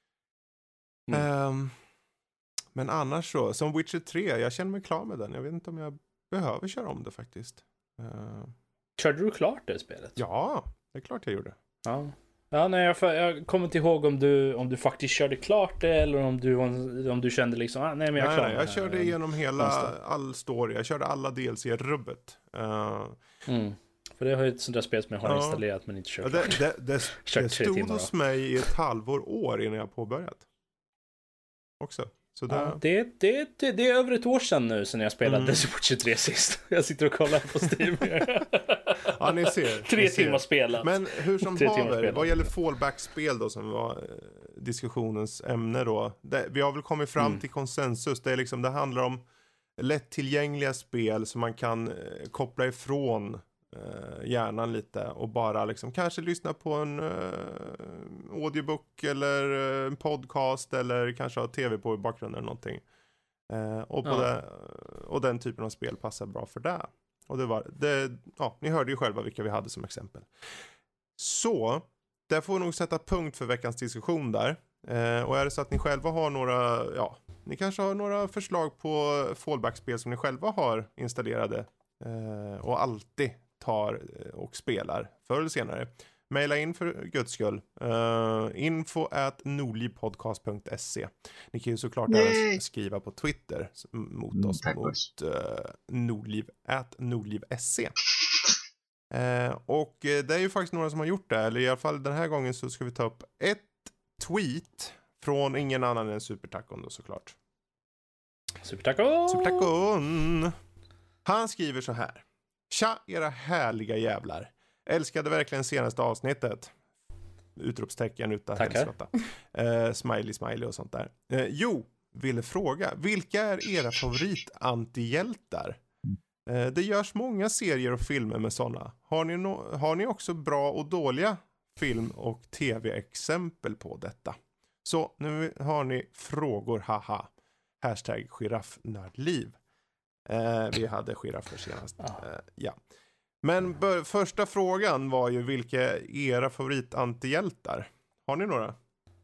Men annars så, som Witcher 3, jag känner mig klar med den. Jag vet inte om jag behöver köra om det faktiskt. Körde du klart det spelet? Ja, det är klart jag gjorde. Ja, nej, jag kommer inte ihåg om du faktiskt körde klart det, eller om du kände liksom, nej, men jag klarar det. Jag körde igenom all story. Jag körde alla DLC-rubbet. För det har ju ett sånt där spel som jag har installerat men inte kört. Det stod hos mig i ett halvår innan jag påbörjat. Också. Så det är över ett år sedan nu sen jag spelade Desert Witcher 3 sist. Jag sitter och kollar på Steam. Ja, ni ser. 3 timmar spelat. Men hur som haver, vad gäller fallback-spel då, som var diskussionens ämne då. Vi har väl kommit fram till konsensus. Det är liksom, det handlar om lättillgängliga spel som man kan koppla ifrån hjärnan lite och bara liksom kanske lyssna på en audiobook eller en podcast eller kanske ha tv på i bakgrunden eller någonting. Och den typen av spel passar bra för det. Och ni hörde ju själva vilka vi hade som exempel. Så, där får nog sätta punkt för veckans diskussion där. Och är det så att ni själva har ni kanske har några förslag på fallback-spel som ni själva har installerade och alltid tar och spelar förr eller senare. Maila in för guds skull. info@nordlivpodcast.se. Ni kan ju såklart även skriva på Twitter mot oss mot nordliv@nordliv.se. Och det är ju faktiskt några som har gjort det. Eller i alla fall den här gången så ska vi ta upp ett tweet från ingen annan än Supertacon då såklart. Supertacon! Han skriver så här. Tja, era härliga jävlar. Älskade verkligen senaste avsnittet. Utropstecken utan helskotta. Smiley och sånt där. Ville fråga. Vilka är era favoritantihjältar? Det görs många serier och filmer med sådana. Har ni också bra och dåliga film- och tv-exempel på detta? Så nu har ni frågor, haha. #giraffnördliv. Vi hade giraffer senast. Ja. Men första frågan var ju vilka era favoritantihjältar? Har ni några?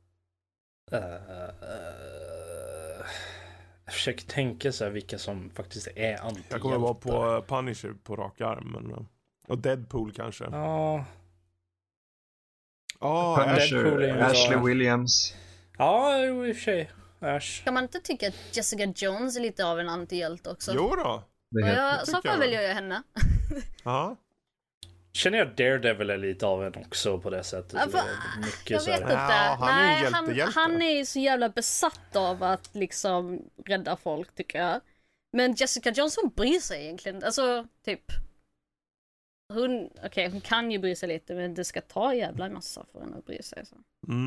Jag försöker tänka så här vilka som faktiskt är antihjältar. Jag kommer vara på Punisher på rak arm. Men, och Deadpool kanske. Ja. Punisher, Ashley Williams. Ja, i och för sig. Kan man inte tycka att Jessica Jones är lite av en antihjälte också? Jo då. Så fall väljer jag henne. Ja. Känner jag Daredevil är lite av en också på det sättet. Mycket jag vet inte. Han är så jävla besatt av att liksom rädda folk tycker jag. Men Jessica Jones hon bryr sig egentligen. Alltså typ. Hon kan ju bry sig lite men det ska ta jävla massa för henne att bry sig. Så.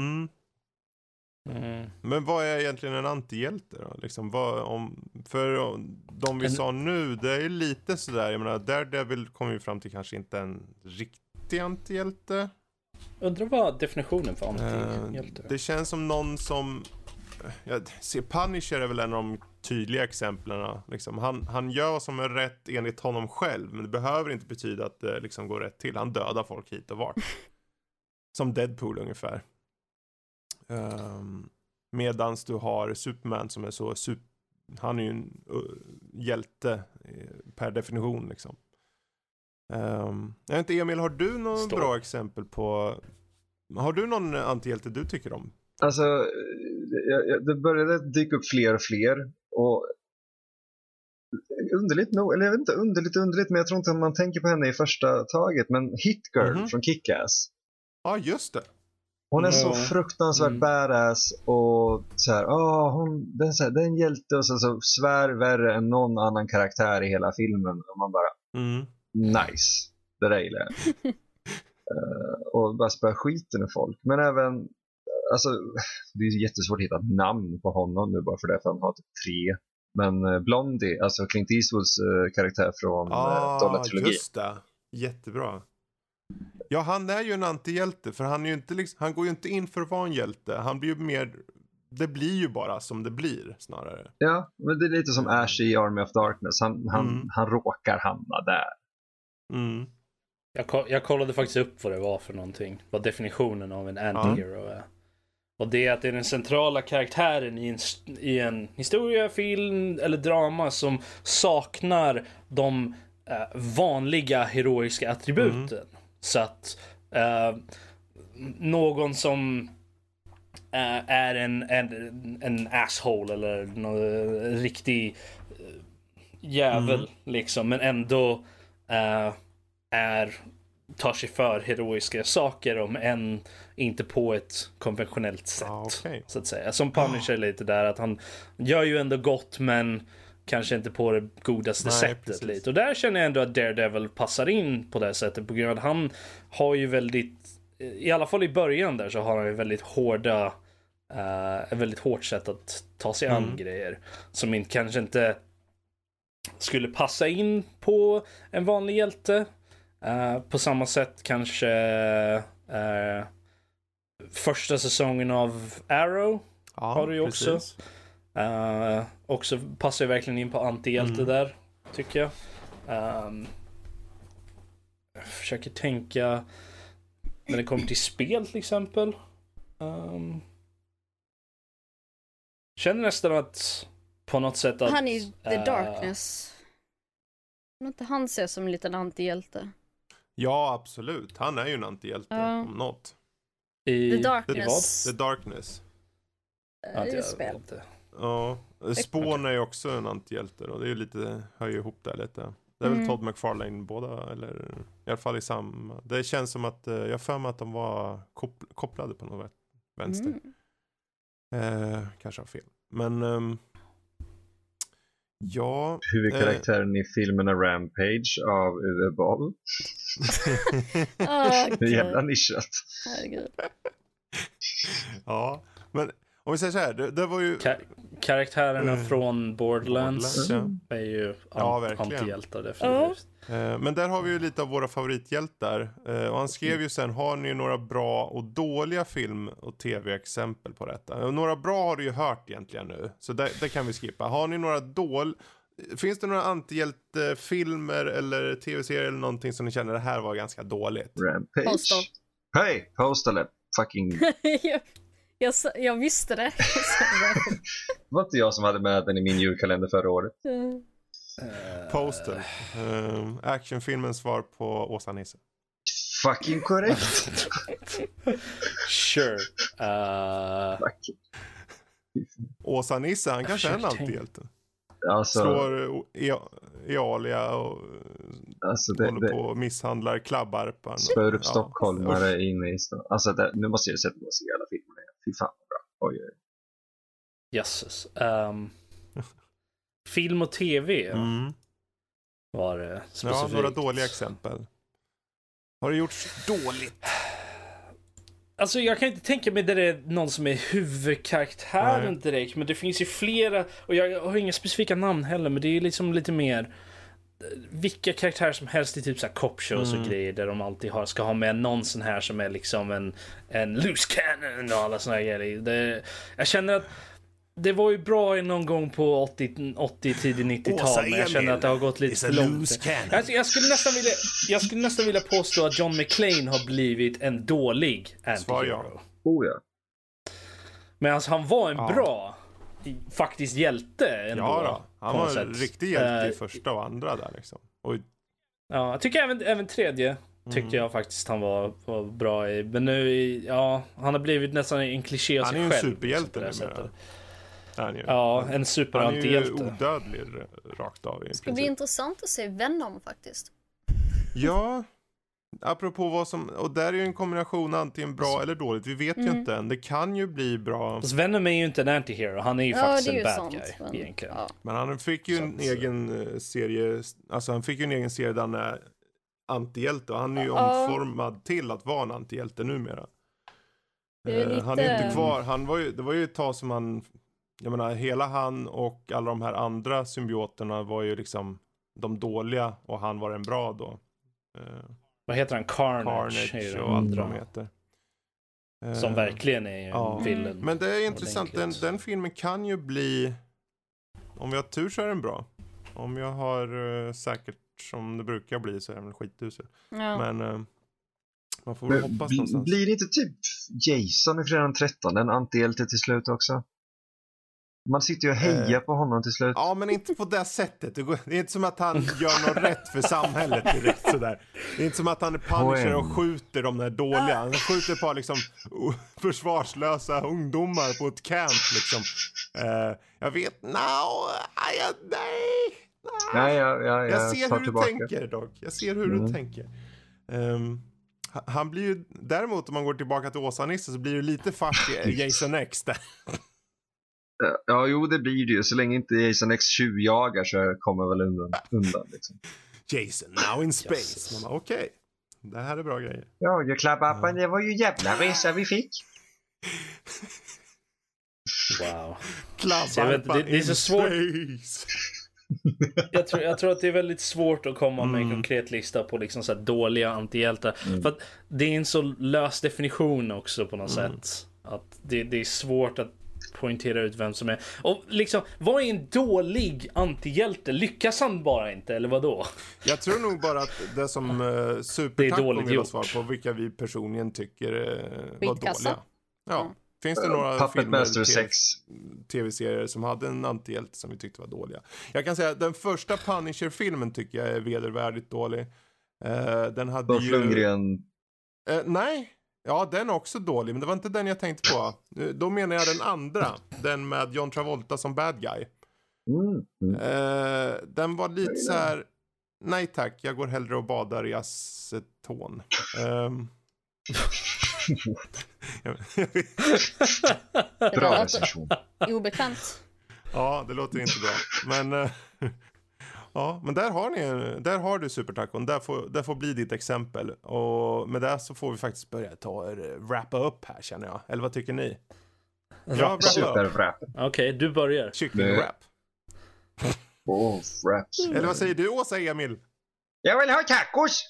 Men vad är egentligen en antihjälte då? Liksom, för de vi sa nu, det är ju lite sådär, jag menar, Daredevil kommer ju fram till kanske inte en riktig antihjälte. Undrar vad definitionen för antihjälte det känns som någon som Punisher är väl en av de tydliga exemplen. Liksom. Han gör vad som är rätt enligt honom själv, men det behöver inte betyda att det liksom går rätt till. Han dödar folk hit och vart. Som Deadpool ungefär. Medans du har Superman som är så han är ju en hjälte per definition liksom. Jag vet inte, Emil, har du någon bra exempel på, har du någon antihjälte du tycker om? Alltså det började dyka upp fler och fler och underligt nog, eller jag vet inte underligt, men jag tror inte att man tänker på henne i första taget, men Hit Girl från Kick-Ass. Ja, just det. Hon är så fruktansvärt badass och så här, det är en hjälte och så svär värre än någon annan karaktär i hela filmen och man bara nice, det där gillar jag. Och bara spöa skiten ur folk, men även alltså, det är jättesvårt att hitta ett namn på honom nu bara för det, för han har typ 3. Men Blondie, alltså Clint Eastwoods karaktär från Dollar-trilogin. Just det, jättebra. Ja, han är ju en antihjälte, för han är ju inte liksom, han går ju inte in för att vara en hjälte. Han blir ju mer, det blir ju bara som det blir snarare. Ja, men det är lite som Ash i Army of Darkness. Han råkar hamna där. Jag kollade faktiskt upp vad det var för någonting. Vad definitionen av en antihero är. Och det är att det är den centrala karaktären i en historia, film eller drama som saknar de vanliga heroiska attributen. Så att någon som är en asshole eller en riktig jävel liksom, men ändå är tar sig för heroiska saker, om än inte på ett konventionellt sätt. Så att säga. Som Punisher lite där, att han gör ju ändå gott, men kanske inte på det godaste sättet lite. Och där känner jag ändå att Daredevil passar in på det sättet, på grund av att han har ju väldigt, i alla fall i början där, så har han ju väldigt ett väldigt hårt sätt att ta sig an grejer som kanske inte skulle passa in på en vanlig hjälte. På samma sätt kanske första säsongen av Arrow har du ju också. Också passar verkligen in på antihjälte där, tycker jag. Jag försöker tänka när det kommer till spel till exempel. Känner nästan att på något sätt att han är The Darkness. Inte han ser som en liten antihjälte. Ja, absolut. Han är ju en antihjälte om något. The Darkness. The Darkness. Det är spel. Ja, Spawn är ju också en antihjälte då. Det är ju lite, hör ju ihop där lite. Det är väl Todd McFarlane båda, eller i alla fall i samma. Det känns som att, jag för mig att de var kopplade på något vänster. Kanske har fel. Men ja. Huvudkaraktären i filmerna Rampage av Uwe Boll. Det är jävla nischat. Herregud. Ja, men om vi säger så här, det var ju karaktärerna från Borderlands är ju antihjältar definitivt. Men där har vi ju lite av våra favorithjältar. Och han skrev ju sen, har ni några bra och dåliga film- och tv-exempel på detta? Några bra har du ju hört egentligen nu, så det kan vi skippa. Har ni några finns det några antihjältefilmer eller tv-serier eller någonting som ni känner det här var ganska dåligt? Rampage. Postal. Hej, Postal. Fucking... jag visste det. Det var inte jag som hade med den i min julkalender förra året. Postal. Actionfilmens svar på Åsa-Nisse. Fucking korrekt. Sure. Åsa-Nisse, han kanske är en antihjälte. Alltså, slår Ealia och håller på och misshandlar klabbarpan. Spör upp stockholmare inne i stan. Alltså nu måste jag sätta mig och se alla filmerna. Fy fan vad bra. Oj. Jesus. Film och tv var det specifikt. Ja, några dåliga exempel. Har det gjorts dåligt? Alltså jag kan inte tänka mig där det är någon som är huvudkaraktären direkt, men det finns ju flera, och jag har inga specifika namn heller, men det är liksom lite mer vilka karaktärer som helst i typ så här cop shows och grejer där de alltid ska ha med någon sån här som är liksom en loose cannon och alla såna här grejer. Jag känner att det var ju bra någon gång på 80 tidig 90-tal, men jag känner att det har gått lite för långt. Jag skulle nästan vilja påstå att John McClane har blivit en dålig antihero. Ja. Men alltså han var en bra faktiskt hjälte ändå. Ja då. Han var en riktig hjälte i första och andra där liksom. Ja, jag tycker även tredje tyckte jag faktiskt han var bra i. Men nu, han har blivit nästan en kliché av sig själv. Han är ju en superhjälte numera. En superantihjälte. Han är ju odödlig rakt av. Det ska bli intressant att se Venom faktiskt. Ja, apropå vad som... Och där är ju en kombination antingen bra eller dåligt. Vi vet ju inte än. Det kan ju bli bra. Fast Venom är ju inte en antihero. Han är ju faktiskt en bad guy egentligen. Ja. Men han fick ju en egen serie... Alltså han fick ju en egen serie där han är antihjälte. Och han är ju omformad till att vara en antihjälte numera. Han är inte kvar. Det var ju ett tag som han... Jag menar, hela han och alla de här andra symbioterna var ju liksom de dåliga och han var en bra då. Vad heter han? Carnage och allt de heter. Som verkligen är en villain. Men det är intressant, den filmen kan ju bli, om vi har tur så är den bra. Om jag har säkert som det brukar bli så är den skitusel. Men man får väl hoppas någonstans. Blir det inte typ Jason i fredagen 13 en antihjälte till slut också? Man sitter ju och hejar på honom till slut. Ja, men inte på det sättet. Det är inte som att han gör något rätt för samhället direkt sådär. Det är inte som att han är Punisher och skjuter de där dåliga. Han skjuter på liksom försvarslösa ungdomar på ett camp liksom. Jag vet, nej. Jag ser hur du tänker dock. Jag ser hur du tänker. Han blir ju, däremot om man går tillbaka till Åsa-Nisse så blir det lite fuck Jason X där. Ja, jo det blir det ju. Så länge inte Jason X tjuvjagar så kommer väl undan liksom. Jason, now in space. Okej. Det här är bra grejer. Ja, jag klappar det var ju jävla resa vi fick. Wow. Det är så svårt. Jag tror att det är väldigt svårt att komma med en konkret lista på liksom så här dåliga antihjältar. För att det är en så lös definition också på något sätt. Att det är svårt att poängtera ut vem som är. Och liksom, vad är en dålig antihjälte? Lyckas han bara inte, eller vadå? Jag tror nog bara att det som Supertaco vill ha svar på vilka vi personligen tycker var dåliga. Ja. Finns det några tv-serier som hade en antihjälte som vi tyckte var dåliga? Jag kan säga att den första Punisher-filmen tycker jag är vedervärdigt dålig. Den hade ju... Lundgren. Nej. Ja, den är också dålig, men det var inte den jag tänkte på. Då menar jag den andra. Den med John Travolta som bad guy. Den var lite så här... Nej tack, jag går hellre och badar i aceton. Bra recension. Obekant. Ja, det låter inte bra. Men ja, men där har du Supertacon. Där får bli ditt exempel. Och med det så får vi faktiskt börja wrappa upp här, känner jag. Eller vad tycker ni? Ja, superwrap. Okej, du börjar. Kycklingwrap. Wraps. Eller vad säger du, Åsa Emil? Jag vill ha tacos.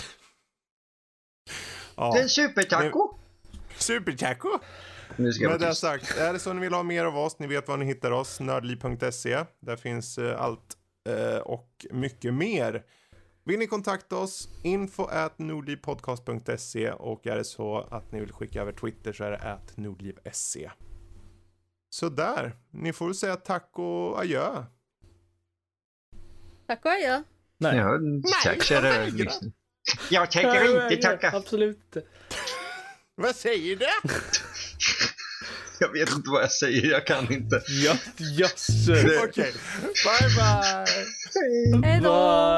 Ja. Det är en supertaco. Supertaco. Med det sagt, är det så ni vill ha mer av oss, ni vet var ni hittar oss, nördliv.se. Där finns allt och mycket mer. Vill ni kontakta oss, info@nordlivpodcast.se, och är det så att ni vill skicka över Twitter så är det @nordliv.se. Så där, ni får säga tack och adjö. Tack och adjö. Nej. Ja, tack kära lyssnare. Jag tänker inte tacka. Absolut inte. Vad säger du? Jag vet inte vad jag säger, jag kan inte. Yes. Okej, bye bye. Hej då.